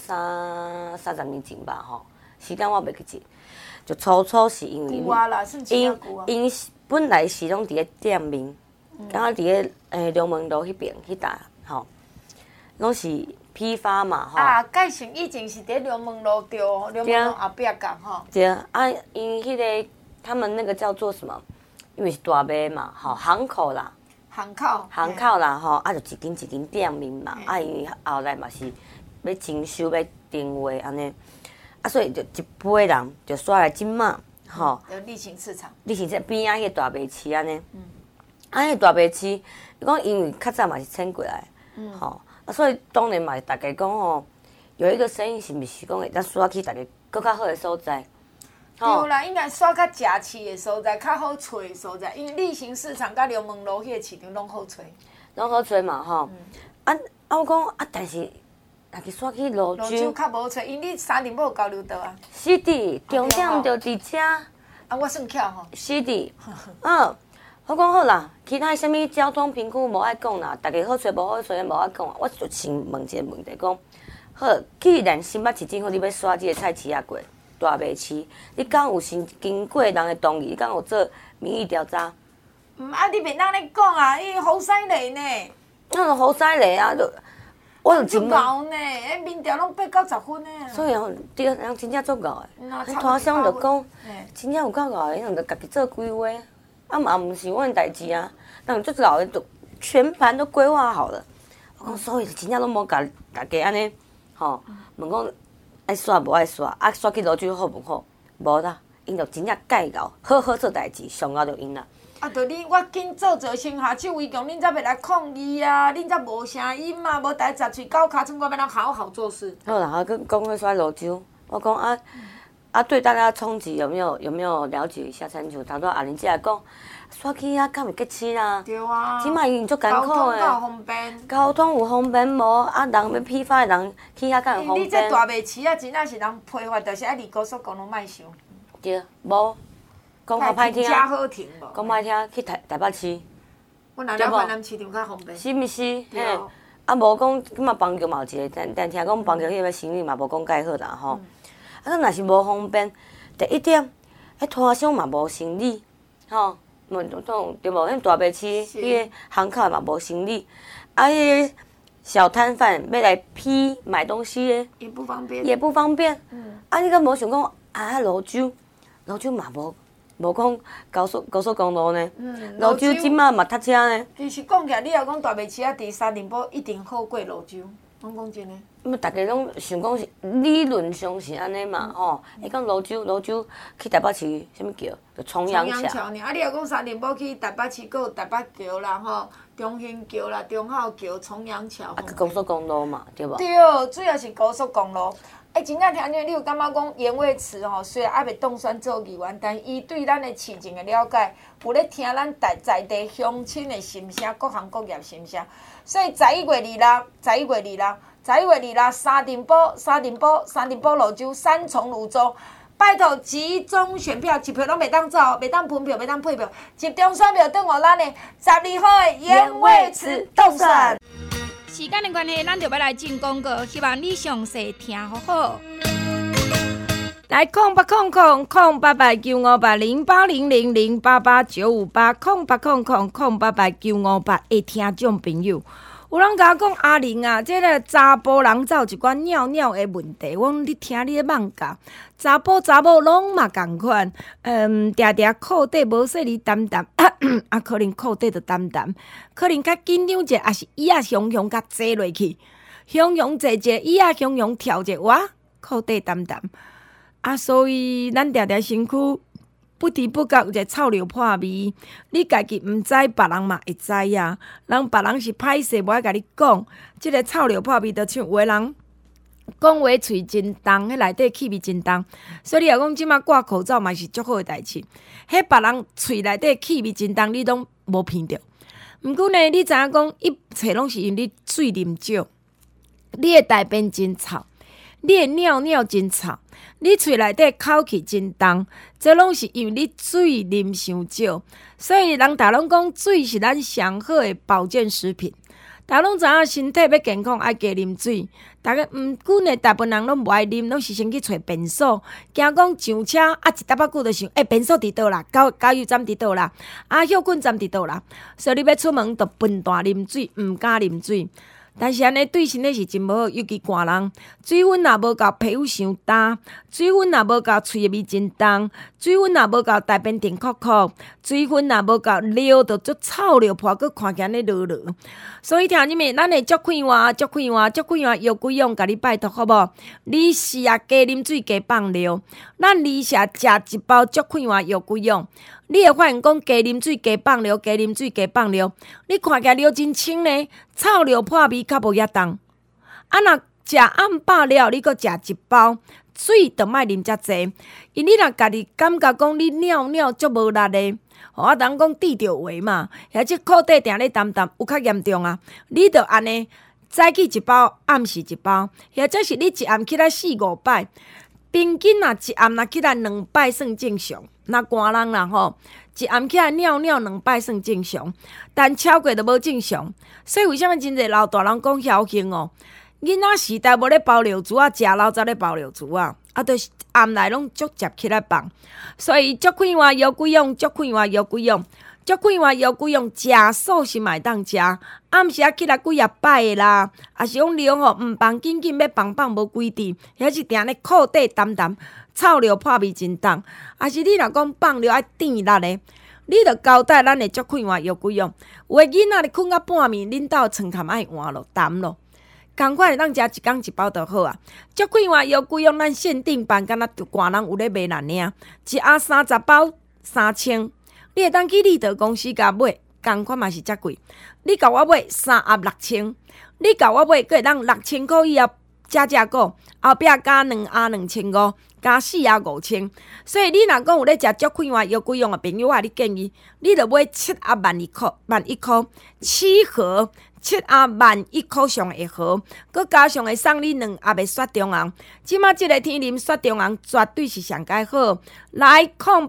30年前吧，吼，时间我袂记记，就初是因为因本来是拢伫咧店面，刚好伫咧龙门路迄边迄搭，吼，拢是批发嘛，吼。 啊，介绍以前是伫龙门路对，龙门路后壁讲吼。 对啊，因迄个他们那个叫做什么？因为是大卖嘛，吼，巷口啦。巷口啦，吼，啊，就一间一间店面嘛，啊，因为后来嘛是要征收要定位安尼，啊，所以就一批人就刷来即马。吼， 就例行市场， 例行市边仔迄个大卖市安尼，啊，迄个大卖市，伊讲因为较早嘛是迁过来，吼，啊，所以当然嘛，大家讲吼，有一个生意是毋是讲会当刷去大家更较好的所在， 对啦，应该刷较正市的所在，较好找的所在，因为例行市场甲龙门路迄个市场拢好找， 拢好找嘛，吼，啊，我讲啊，但是。若去刷去泸州较无找，因为你三点半有交流道啊。 是的，重点就伫遮。 啊，我算巧吼。 是的，我讲好啦，其他啥物交通评估无爱讲啦，大家好找无好找无爱讲啊。我就先问一个问题，讲好，既然新北市政府你要刷这个菜市啊过大卖市，你敢有先经过人的同意？你敢有做民意调查？ 啊，你袂当咧讲啊，伊好犀利呢。 那就好犀利啊！就我就真够呢，迄民调拢8、90分呢。 所以吼，对，人真正足够的。摊商就讲，真正有够够的，人就家己做规划，啊嘛毋是阮代志啊。人足老的就全盘都规划好了。我讲所以真正拢无甲大家安尼，吼，问讲爱煞无爱煞，啊煞去罗州好无好？无啦，因着真正介搞，好好做代志，上后就因啦。 啊，着你我紧做先下手为强，恁才袂来抗议啊！恁才无声音嘛，无台十喙九骹，怎我要咱好好做事？ 好啦，跟讲要煞罗州，我讲对大家冲击有没有了解一下？亲像头拄阿玲姐讲，煞去啊，敢会结亲啊？ 对啊。 即摆已经足艰苦诶。 交通方便。 交通有方便无？啊，人要批发的人去遐敢会方便？ 你这大卖市啊，真正是人批发，就是爱离高速公路莫想。 对，无。讲较歹听， 停好停无？ 讲歹听，去台北市， 阮来了台南市场较方便。 是毋是？ 嘿。 啊，无讲，即嘛邦桥嘛有一个，但听讲邦桥迄个生意嘛无讲介好啦吼。啊，若是无方便，第一点，迄摊商嘛无生意，吼，对无？迄大卖市迄个巷口嘛无生意，啊，迄个小摊贩要来批买东西诶， 也不方便。 也不方便。啊，你敢无想讲啊？罗州嘛无讲高速公路呢？罗州即马嘛塞车呢。 其实讲起来，你若讲大卖市啊，伫沙林堡一定好过罗州。我讲真诶。 大家拢想讲是理论上是安尼嘛吼。伊讲罗州去台北市，啥物桥？就重阳桥。 啊，你若讲沙林堡去台北市，佫有台北桥啦吼，中兴桥啦、中孝桥、重阳桥。 啊，高速公路嘛，对无？ 对，主要是高速公路。真正听见你有感觉讲言卫祠吼，虽然还袂当选做议员，但伊对咱的市情的了解，有咧听咱在地乡亲的心声，各行各业心声。所以11月26，沙林堡罗州三重泸州，拜托集中选票，一票拢袂当走，袂当分票，袂当配票，集中选票等候咱的12号的言卫祠当选。 时间的关系，咱就要来进广告，希望你详细听好好。 来0800088958的听众朋友，有人甲我讲阿玲啊，这个查甫人才有一寡尿的问题。我讲你听你的妄讲，查甫拢嘛共款，定裤底无说你淡淡，啊可能裤底就淡淡，可能较紧张者，也是椅仔雄较坐落去，雄坐者，椅仔雄跳者，哇，裤底淡淡。啊，所以咱身躯不知不觉有一个臭流破味，你家己毋知，别人嘛会知呀。别人是歹势，无爱甲你讲，即个臭流破味，就像有个人讲话喙真重，迄内底气味真重。所以你若讲即马挂口罩嘛是足好诶代志。迄别人喙内底气味真重，你拢无闻着。毋过呢，你知影讲一切拢是因你水啉少，你诶大便真臭，你诶尿真臭。你喙内底口气真重，这拢是因为你水啉伤少，所以人大拢讲水是咱上好的保健食品。大拢知影身体要健康爱加啉水，大家毋过呢，大部分人拢无爱啉，拢是先去找便所，惊讲上车啊一搭仔久就想，便所伫倒啦，加油站伫倒啦，休困站伫倒啦，所以你要出门就笨蛋啉水，毋敢啉水。但是安尼对身体是真无好，尤其寒人，水温若无够，皮肤伤干；水温若无够，喙味真重；水温若无够，大便甜酷酷；水温若无够，尿就足臭尿破，佮看起来落。所以听入面，咱会足快活药几样，甲你拜托好无？你是啊，加啉水，加放尿。咱离下食一包足快活药几样。你会发现讲加啉水、加放尿、你看起来尿真清呢，臭尿破味较无遐重。啊，若食暗饱了，你阁食一包水，就莫啉遮济。因你若家己感觉讲你尿足无力的，人讲滴着话嘛，或者裤底定咧淡淡，有较严重啊。你着安尼早起一包，暗时一包，或者是你一暗起来4-5摆。平均一暗起来2摆算正常。若寒人啦吼，一暗起来尿2摆算正常，但超过就无正常。所以为什么真侪老大人讲侥幸哦？囡仔时代无咧包尿珠啊，食老早咧包尿珠啊，就是暗内拢足接起来放。所以足快活药几样，食素是嘛会当食，暗时起来几啊摆的啦，也是讲尿吼毋放紧要放无几滴，还是定咧裤底淡，臭尿破味真重。也是你若讲放尿爱甜力的， 你着交代咱的足快换药柜用。有的囡仔咧困到半暝，恁兜床坎爱换咯，淡咯。同款咱食一工一包就好啊。足快换药柜用咱限定版，敢若寡人有咧卖啦尔，一盒30包3000，你会当去立德公司甲买，同款嘛是遮贵。你甲我买3盒6000，你甲我买，佫会当6000块以后加购，后壁加2盒2500，加4盒5000。所以你若讲有咧食足快换药柜用的朋友，我你建议你着买7盒1万1箍，7盒。7盒1箍上会好，佮加上会送你2盒的雪中红。即马即个天啉雪中红绝对是上佳好。来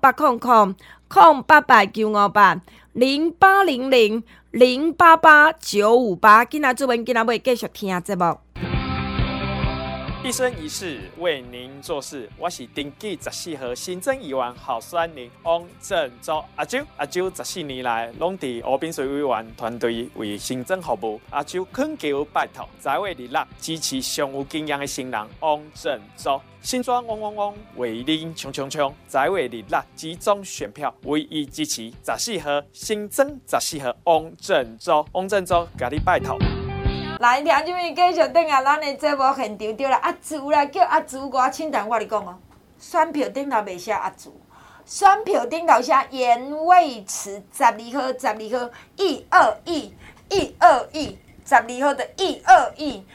0800-0800-0800-088958，今仔主文今仔要继续听节目。 一生一世为您做事，我是登记14号新增议员候选人汪正洲阿周。阿周14年来拢伫湖滨水委员团队为行政服务。阿周恳求拜托在位日落支持上有经验的新人汪正洲。新庄汪为您冲，在位日落集中选票，唯一支持14号新增14号汪正洲。汪正洲，甲你拜托。 来，听众们继续等下咱的节目现场对啦，阿朱啦，叫阿朱我请谈，我跟你讲哦，选票顶头袂写阿朱，选票顶头写严卫慈，12号122亿，122亿，12号的122亿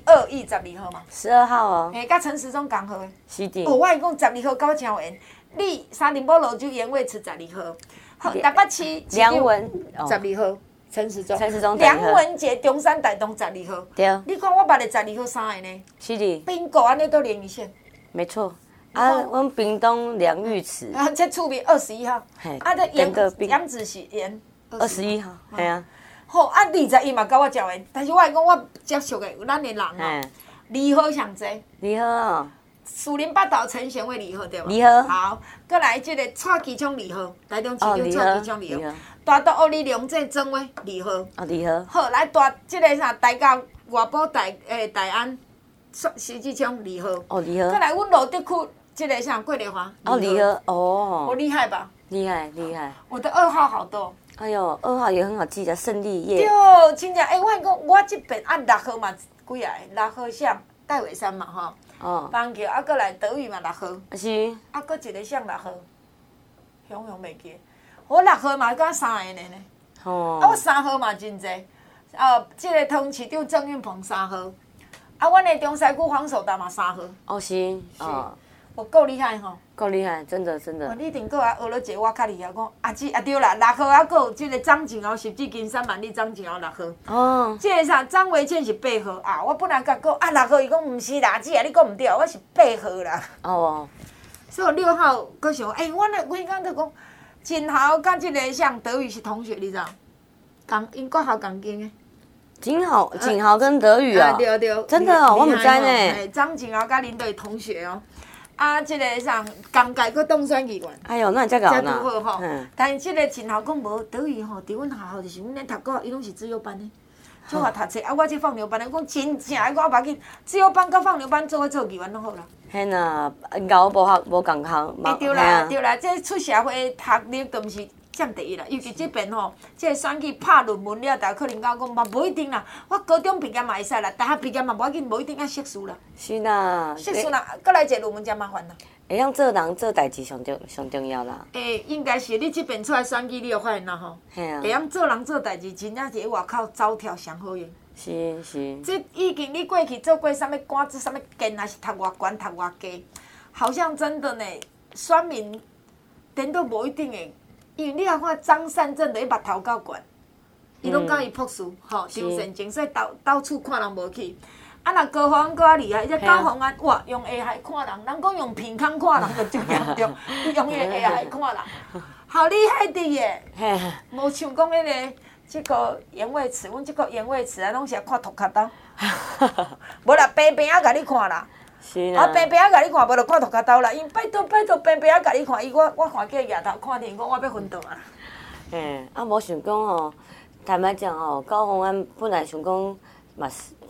，122号嘛 ，12号哦， 嘿，甲陈时中同号的， 是的。 哦，我跟你讲12号到真有缘，你沙丁堡路就严卫慈12号，好，台北市梁文 12号。陈时中， 梁文杰，中山大东12号。 对。 你看我捌的12号3个呢？ 是的。 bingo 安尼都连一线。 没错。啊，阮屏东梁玉慈。 啊，这厝边21号。 嘿。 啊，这杨子是严 21号。系啊。 好，啊21嘛，甲我交缘，但是我讲我接触的有咱的人哦，2号上济。 2号哦。 树林八岛陈贤惠2号对吧 ？2号。 好，再来这个蔡其昌2号，台中市长蔡其昌2号。大道奥利良这曾威2号。 2号。 好，来大这个啥大教外埔大安徐志昌2号。 2号。 再来阮罗德区这个啥桂丽华 2号。哦。 我厉害吧？ 厉害。 我的2号好多。 哎呦，2号也很好记的，胜利夜。 对，真正我讲我这边6号嘛，几个6号像戴伟山嘛吼。棒球搁来德语嘛6号。 是。 搁一个像6号，想袂记。我6号嘛，敢3个呢。我3号嘛真济。这个通市长郑运鹏3号。阮的中西区黄守达嘛3号。 是。 我够厉害吼。 够厉害，真的。 你一定搁学了一个我较厉害，讲阿姊对啦，6号搁有这个张景豪10至金3万里张景豪6号。这个啥张维倩是8号啊！我本来甲讲6号，伊讲毋是啦，姊你讲毋对，我是8号啦。所以6号搁想，我迄天就讲。景豪甲即个像德语是同学，你知道？因国校同间的。景豪跟德语啊？对， 真的哦，我唔知呢。 张景豪甲林队同学哦。即个啥同届搁当选议员。 哎呦，那才搞呢。拄好吼。但是即个景豪讲无德语吼，伫阮学校就是阮咧读过，伊拢是自由班的。就学读册，我这放牛班的，讲真正我无要紧，自由班甲放牛班做议员拢好啦。 嘿呐，咬无共项。 对啦，这出社会学历都毋是占第一啦。尤其这边吼，这选举拍论文了，大家可能讲嘛，无一定啦。我高中毕业嘛会使啦，大学毕业嘛无要紧，无一定要硕士啦。 是啦。 硕士啦，搁来一个论文真麻烦啦。 会晓做人做代志上重要啦。 应该是你这边出来选举，你有发现啦吼。 嘿啊。 会晓做人做代志，真正是喺外口走跳上好用。 是。 这已经你过去做过啥物官职、啥物监，还是读偌悬、读偌低，好像真的呢，选民颠倒无一定会。因为你啊看张善政的，伊目头够悬，伊拢甲伊朴素，吼，张善政所以到处看人无去。若高虹安搁较厉害，这高虹安哇，用下海看人，人讲用鼻孔看人就最严重，伊用迄下海看人，好厉害的耶！无像讲迄个。这个严卫慈，阮这个严卫慈啊，拢是看涂骹刀，无啦，平平啊，甲你看啦。 是啦。 平平啊，甲你看，无就看涂骹刀啦。因拜托，平平啊，甲你看，伊我看见额头看天，我要昏倒啊。 无想讲吼，坦白讲吼，高虹安本来想讲嘛是，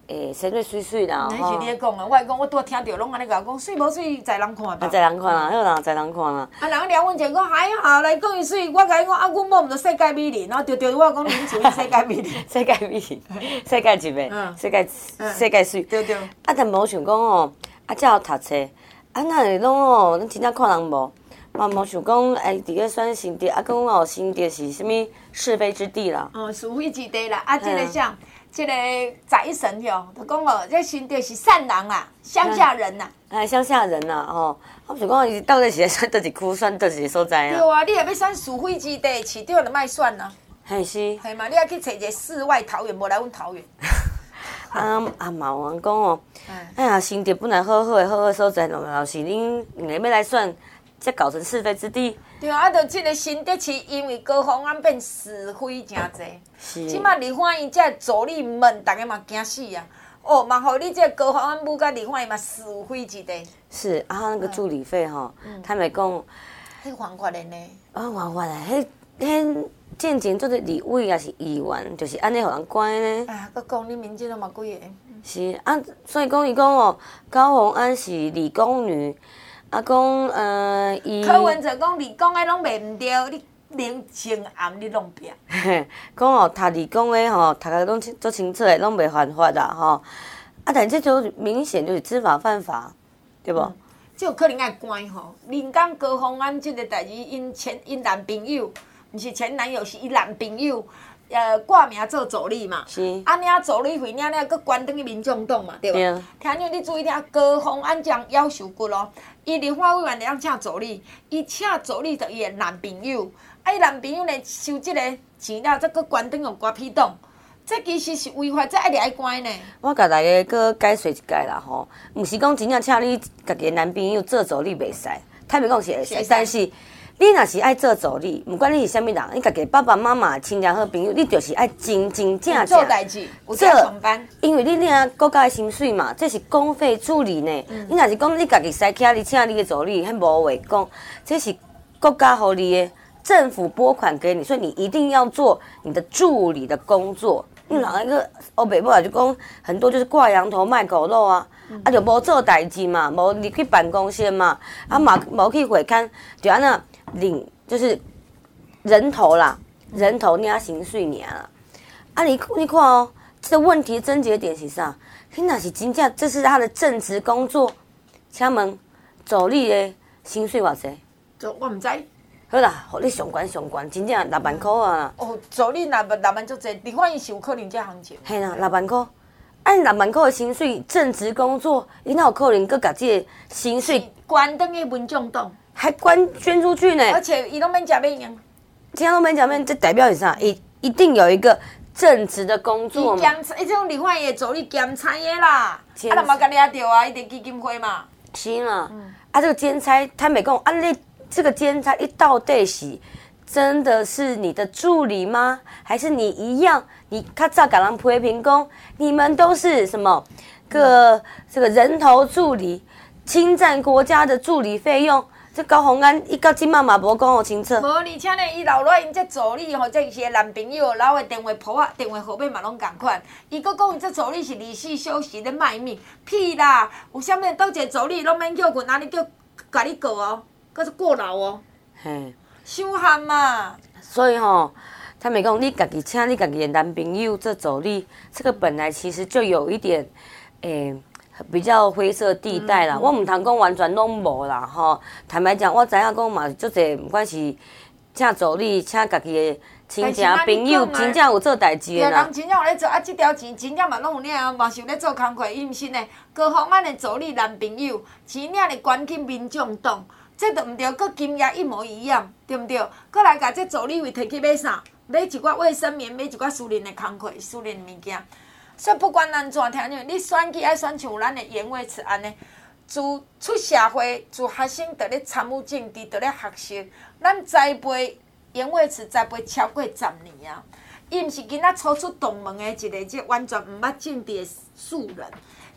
生水水水啦， 那是你咧讲啊，我讲我拄听到，拢安尼甲我讲，水无水在人看吧。 在人看啦，好啦，在人看啦。 啊，人聊阮一个讲还好，来讲伊水，我甲伊讲啊，阮某毋着世界美人，然后对，我讲恁厝世界美人， 世界美人，世界一个，世界水。 对。 啊，但无想讲吼，啊，才有读册，啊，那会拢吼，咱真正看人无，嘛无想讲，伫个选新竹，啊，讲哦，新竹是啥物是非之地啦。 哦，是非之地啦，啊，即个像。这个财神哟，就讲哦，这新竹是善人啦，乡下人啦。 乡下人啦，吼，我想讲，伊到底是选倒一区，选倒一个所在啊？ 对啊，你若要选是非之地，市长就莫选啊。 嘿是。 系嘛，你也去找一个世外桃源，无来阮桃园。 嘛有人讲哦，哎呀，新竹本来好的所在，若是恁要来选，才搞成是非之地。 对啊，就即个新竹市，因为高虹安变是非真济。 是。 即马立法院这助理们，大家嘛惊死啊！哦，嘛，互你这高虹安部甲立法院嘛是非之地。 是啊，那个助理费吼，他们讲， 迄还法的呢？ 还法的，迄进前做的立委也是议员，就是安尼互人关呢。 哎呀，佮讲你民进党嘛几个？ 是啊，所以讲伊讲哦，高虹安是理工女。啊，讲伊柯文哲讲理工的拢袂毋对，你连清暗你弄拼。 讲哦，读理工的吼，读个拢足清楚的，拢袂犯法啦吼。啊，但这就明显就是知法犯法，对无？ 这有可能爱关吼。人讲高虹安这个代志，因男朋友，毋是前男友，是伊男朋友。挂名做助理嘛， 是。 啊，领助理费，领佫关转去民众党嘛，对吧？ 对。 听你注意听，高虹安这样要求过咯。伊立法委员会请助理，伊请助理就伊的男朋友，啊，伊男朋友呢收这个钱了，再佫关转用瓜皮党，这其实是违法，这爱来关呢。 我甲大家佫解说一解啦吼，毋是讲真正请你家己的男朋友做助理袂使，坦白讲是会使，但是。你若是爱做助理，毋管你是啥物人，你家己爸爸妈妈、亲戚好朋友，你就是爱真正做代志，有在上班。 因为你领国家的薪水嘛，这是公费助理呢。你若是讲你家己使起你请你的助理，迄无话讲，这是国家互你的，政府拨款给你，所以你一定要做你的助理的工作。因为那个欧北部就讲很多就是挂羊头卖狗肉啊，就无做代志嘛，无入去办公室嘛，无去会刊，就安那。领就是人头啦，人头领薪水尔啦。啊，你看哦，这个问题症结点是啥？你若是真正这是他的正职工作，请问助理的薪水偌济？ 我毋知。 好啦，互你上悬，真正6万块啊！ 哦，助理6万足济，立法院是有可能这行情。 嘿啦，6万块。按6万块的薪水，正职工作，伊哪有可能佮甲这个薪水关等于民众党？ 还捐出去呢， 而且伊拢免食免用， 其他都免食免，这代表是啥？一定有一个正职的工作嘛。 检查，这种立法院助理检查的啦，啊，若嘛甲掠着啊，一定基金会嘛。 是啦，啊，这个兼差，他没讲，啊，你这个兼差一到底是真的是你的助理吗？还是你一样？你较早甲人批评讲，你们都是什么这个人头助理，侵占国家的助理费用？这高虹安伊到即马嘛无讲好清楚。 无，而且呢，伊留落因这助理吼，这是男朋友留的电话簿啊、电话号码嘛拢共款。伊佫讲伊这助理是24小时咧卖命，屁啦！有啥物倒一个助理拢免叫阮，安尼叫甲你告哦，佫是过劳哦。 嘿， 伤悍嘛。 所以吼，他们讲你家己请你家己的男朋友做助理，这个本来其实就有一点，比较灰色地带啦，我唔通讲完全拢无啦吼。坦白讲，我知影讲嘛，足侪不管是请助理，请家己的亲戚朋友，真正有做代志的啦。 人真正有咧做，啊，这条钱真正嘛拢有领啊，嘛是有咧做工课，伊毋是呢。高虹安的助理男朋友，钱领咧关去民众党，这都毋对，佮金额一模一样，对毋对？佮来甲这助理费摕去买啥？买一寡卫生棉，买一寡私人的工课、私人物件。所以不管安怎听见，你选举爱选像咱的严伟慈安尼，自出社会，自学生就咧参与政治，就咧学习。咱栽培严伟慈栽培超过10年啊！伊毋是今仔初出党门的一个，即完全毋捌政治的素人。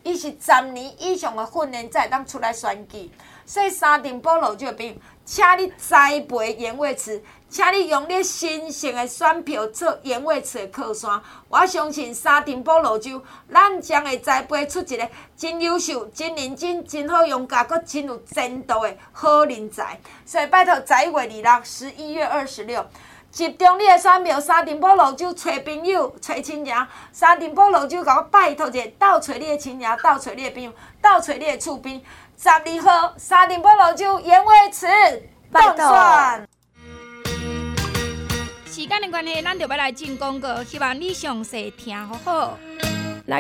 伊是10年以上的训练才会当出来选举。所以沙丁堡路就朋友，请你栽培盐味池，请你用你新鲜的选票做盐味池的靠山。我相信沙丁堡路州，咱将会栽培出一个真优秀、真认真、真好用家，佮真有前途的好人才。所以拜托11月26、11月26。集中你的选票，沙丁堡路州找朋友、找亲戚。沙丁堡路州甲我拜托者，倒找你的亲戚，倒找你的朋友，倒找你的厝边。12号，沙丁堡路州盐味池当选。 时间的关系，咱就要来进广告，希望你详细听好好。 来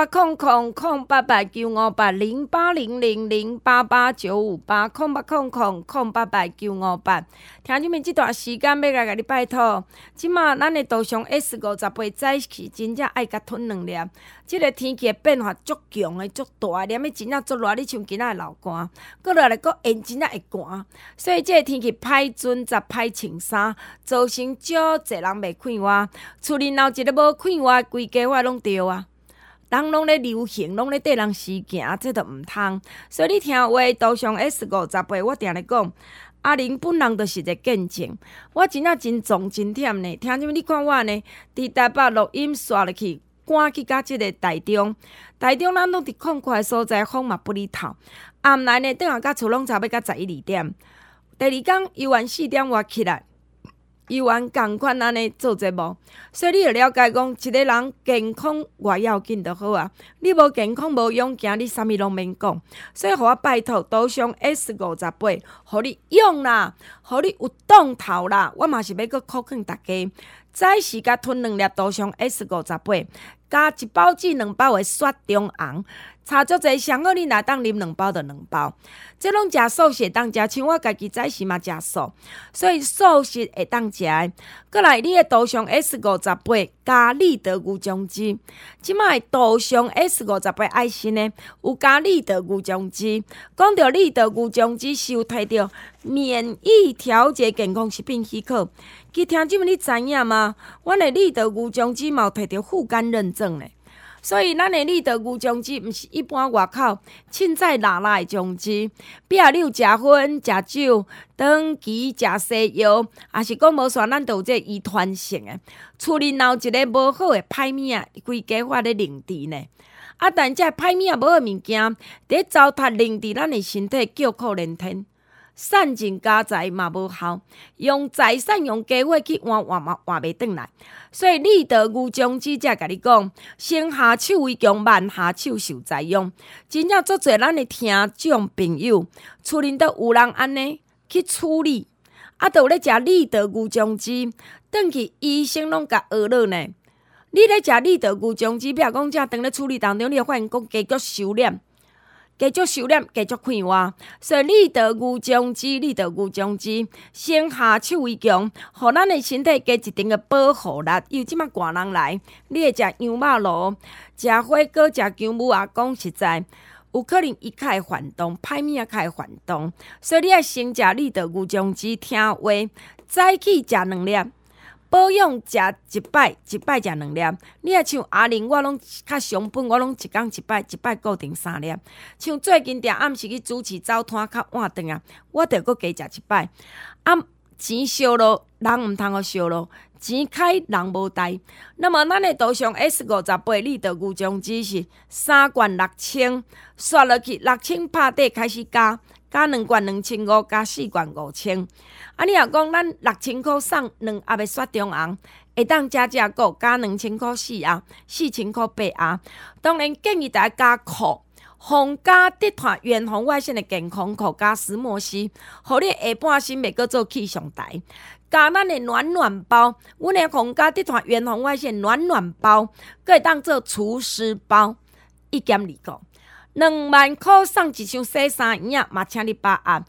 0800-088-958-0880-088-958-0800-088-958。听你们这段时间要来甲你拜托，即马咱的道上 S58早起真正爱甲吞2粒。即个天气的变化足强的、足大的，连要真正足热，你像今仔流汗，搁落来搁会真正会寒，所以即个天气歹准则歹穿衫，造成足侪人袂快活。厝里闹一个无快活，规家伙拢着啊。人拢咧流行，拢咧缀人时行，这都毋通。所以你听话，道上 S58，我定咧讲，阿玲本人就是一个见证。我真正真重真忝呢。听什么？你看我呢？伫台北录音刷落去，赶去甲即个台中，咱拢伫空旷的所在，风嘛不哩透。暗内呢，转来甲厝拢差不多到11、2点。第二天游完4点我起来。游完共款安尼做节目，所以你要了解讲，一个人健康偌要紧就好啊。你无健康无勇行，你啥物拢免讲。所以，互我拜托，道上 S58，互你用啦，互你有动头啦。我嘛是要搁考劝大家，早时甲吞2粒道上 S58，加1包至2包的雪中红。差足侪，上好你若当啉2包就2包，这拢食素食当食，像我家己早时嘛食素，所以素食会当食的。过来，你的道上 S58加利德牛酱汁，即摆道上 S58爱心呢有加利德牛酱汁。讲到利德牛酱汁，是有摕到免疫调节健康食品许可。其听众们，你知影吗？阮的利德牛酱汁嘛有摕到护肝认证呢。所以，咱的利德牛酱汁毋是一般外口凊彩辣辣的酱汁，比如你有食薰、食酒、长期食西药，也是讲无煞咱都有这遗传性的，厝里闹一个无好的歹物啊，规家伙咧凝滞呢。啊，但这歹物啊无好物件，伫糟蹋凝滞咱的身体，叫苦连天。散尽家财嘛无效，用财产用家伙去换嘛换袂转来。所以立德牛酱汁才甲你讲，先下手为强，慢下手受灾殃。真正足侪咱的听众朋友，厝里都有人安尼去处理，啊，都有咧食立德牛酱汁，转去医生拢甲学了呢。你咧食立德牛酱汁，比如讲正当咧处理当中，你会发现讲加足收敛。继续收敛，继续快活。所以立德牛酱汁，先下手为强，互咱的身体加一定的保护力。有即马寒人来，你会食羊肉炉、食火锅、食姜母啊，讲实在，有可能伊较会反动，歹物啊较会反动。所以你要先食立德牛酱汁，听话，早起食2粒。保养食1摆食2粒，你也像阿玲，我拢较上本，我拢一天1摆固定3粒。像最近定暗时去主持早摊较晚顿啊，我着搁加食1摆。啊，钱烧咯，人毋通互烧咯，钱开人无带。那么咱的道上 S58立德牛酱汁是3罐6000，刷落去6000拍底开始加2罐2500，加4罐5000。啊，你若讲咱6000块送2盒的雪中红，会当加购加2000块4盒，4000块8盒。当然建议大家加裤，防加滴团远红外线的健康裤加石墨烯，互你下半身袂搁做气象台。加咱的暖包，阮的防加滴团远红外线暖包，搁会当做除湿包，1减2个。2万块送一箱洗衫液，嘛请你把握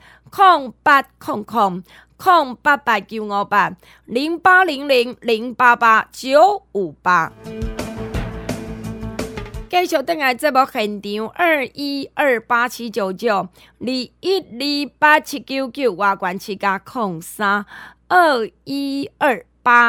0800-0800-0800-0888-958。继续转来节目现场212879921287999外关市加03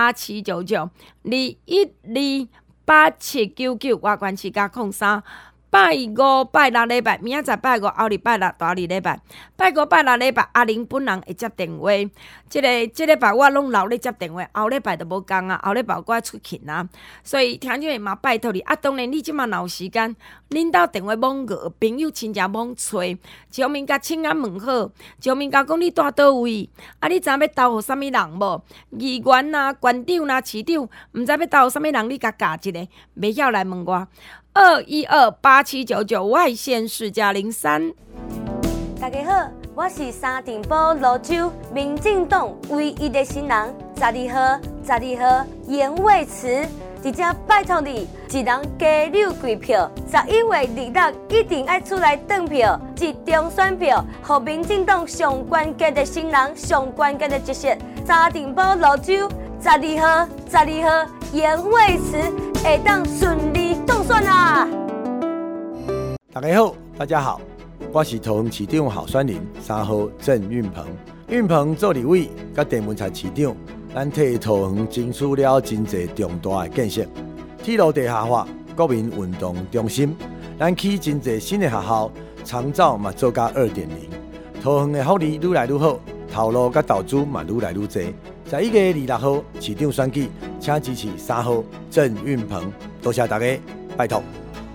212879921287999外关市加03 拜五、拜六礼拜，明仔载拜五，后日拜六，大后日礼拜。拜五、拜六礼拜，阿玲本人会接电话。这礼拜我拢留咧接电话，后礼拜就无工啊，后礼拜我要出勤啊。所以听众嘛，拜托你啊！当然你即马若有时间，恁兜电话网络朋友亲戚网吹，上面甲请安问好，上面甲讲你住倒位，啊你知影要投互啥物人无？议员啦、县长啦、市长，毋知要投互啥物人，你甲教一个，袂晓来问我。2128799外县市加03。 大家好，我是沙尘堡泸州民进党唯一的新人，12号严伟慈，直接拜托你，一人加溜几票，11月26一定要出来登票，集中选票，予民进党上关键的新人、上关键的角色，沙尘堡泸州12号严伟慈会当顺利当选啊！ 大家好，我是桃园市长候选人3号郑运鹏。运鹏做立委，甲地文财市长，咱替桃园争取了真侪重大的建设。铁路地下化、国民运动中心，咱起真侪新的学校，长照嘛做到2.0。桃园的福利愈来愈好，头路甲投资嘛愈来愈多。11月26号市长选举，请支持3号郑运鹏，多谢大家，拜托。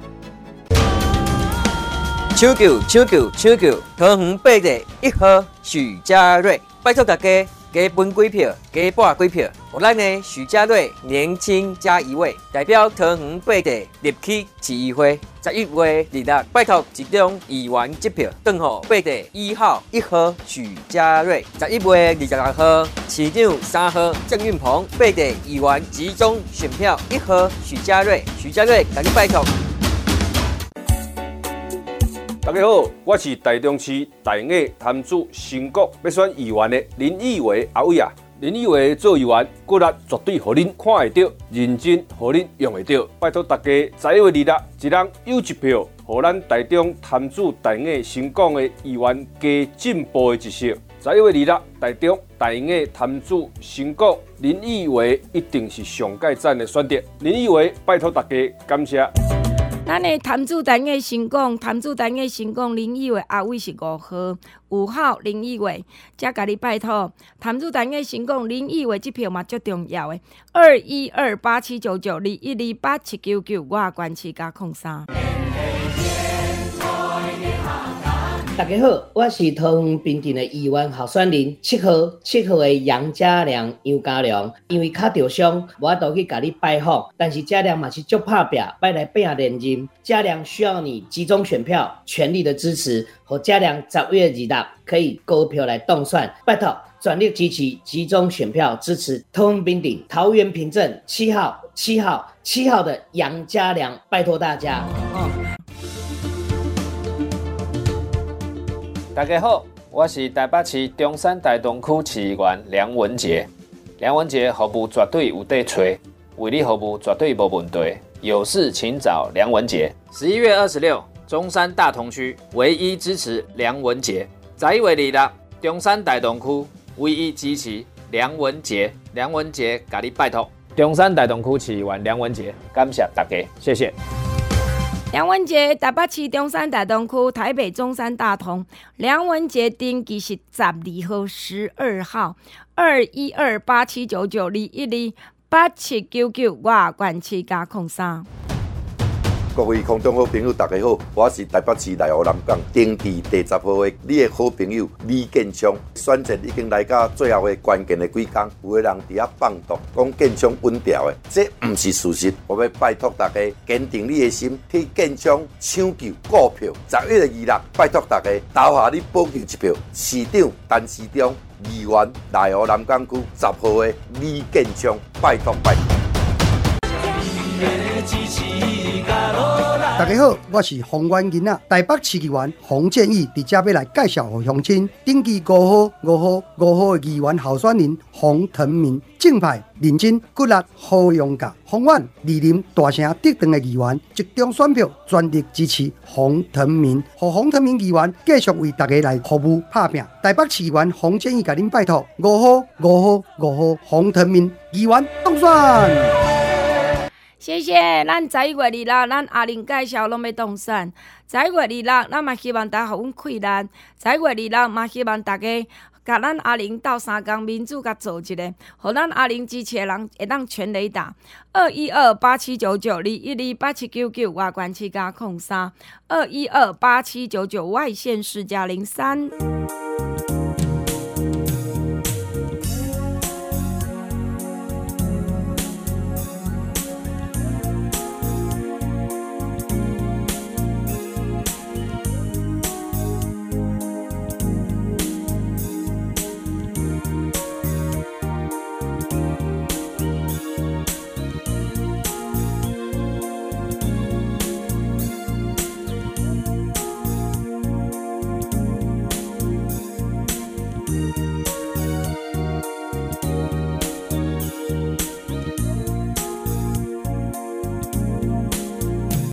抢救！桃园8地1號許家瑞，拜託大家加分幾票，加撥幾票，予咱的許家瑞年輕加一位，代表桃園8地入去市議會。11月26，拜託集中議員積票，轉予8地1號許家瑞。11月26號，市長3號鄭運鵬，8地議員集中選票1號許家瑞，甲你拜託。 大家好，我是台中市大雅潭子新国要选议员的林义伟阿伟啊。林义伟做议员，骨力绝对互恁看会到，认真互恁用会到。拜托大家11月26，一人有一票，互咱台中潭子大雅新港的议员加进步的一色。11月26，台中大雅潭子新港林义伟一定是上界赞的选择。林义伟，拜托大家，感谢。 咱的潭子单嘅新港林义伟阿伟是5号林义伟，才甲你拜托。潭子单嘅新港林义伟这票嘛最重要的，212879921287799，我关市加03。 大家好，我是桃园平镇的议员候选人7號的杨家良，因为脚受伤，无法度去甲你拜访，但是家良嘛是足拍拼，要来拼连任。家良需要你集中选票，全力的支持，和家良10月26可以高票来当选，拜托全力支持，集中选票支持桃园平镇、桃园平镇7號的杨家良，拜托大家。 大家好，我是台北市中山大同区市议员梁文杰。梁文杰服务绝对有得找，为你服务绝对无问题。有事请找梁文杰。11月26，中山大同区唯一支持梁文杰。11月26，中山大同区唯一支持梁文杰。梁文杰，甲你拜托。中山大同区市议员梁文杰，感谢大家，谢谢。 梁文杰，台北市中山大同区，台北中山大同。梁文杰登记是12号、12號，212879921287799，我关市加03。 各位空中好朋友，大家好，我是台北市内湖南港登记第10號的你的好朋友李建昌。选战已经来到最後的關鍵的幾天，有的人伫遐放毒，講建昌穩調的，這唔是事實。我要拜託大家堅定你的心，替建昌搶救股票。11月26，拜託大家投下你寶貴一票。市長、陳市長、議員內湖南港區10號的李建昌，拜託拜託。 大家好，我是洪元囡仔，台北市议员洪建义，伫遮要来介绍给乡亲，登记5號的議員候選人洪騰明，正派認真骨力好勇敢，宏遠理念大聲得當的議員，集中選票全力支持洪騰明，讓洪騰明議員繼續為大家來服務打拼。台北市議員洪建義甲恁拜託5號洪騰明議員當選。 谢谢，咱11月26，咱阿玲介绍拢要动选。11月26，咱嘛希望大家互阮气力。11月26，嘛希望大家甲咱阿玲斗3工民主甲做一个，互咱阿玲支持的人会当全雷打。212879921128799外关7+03，2128799外县市+03。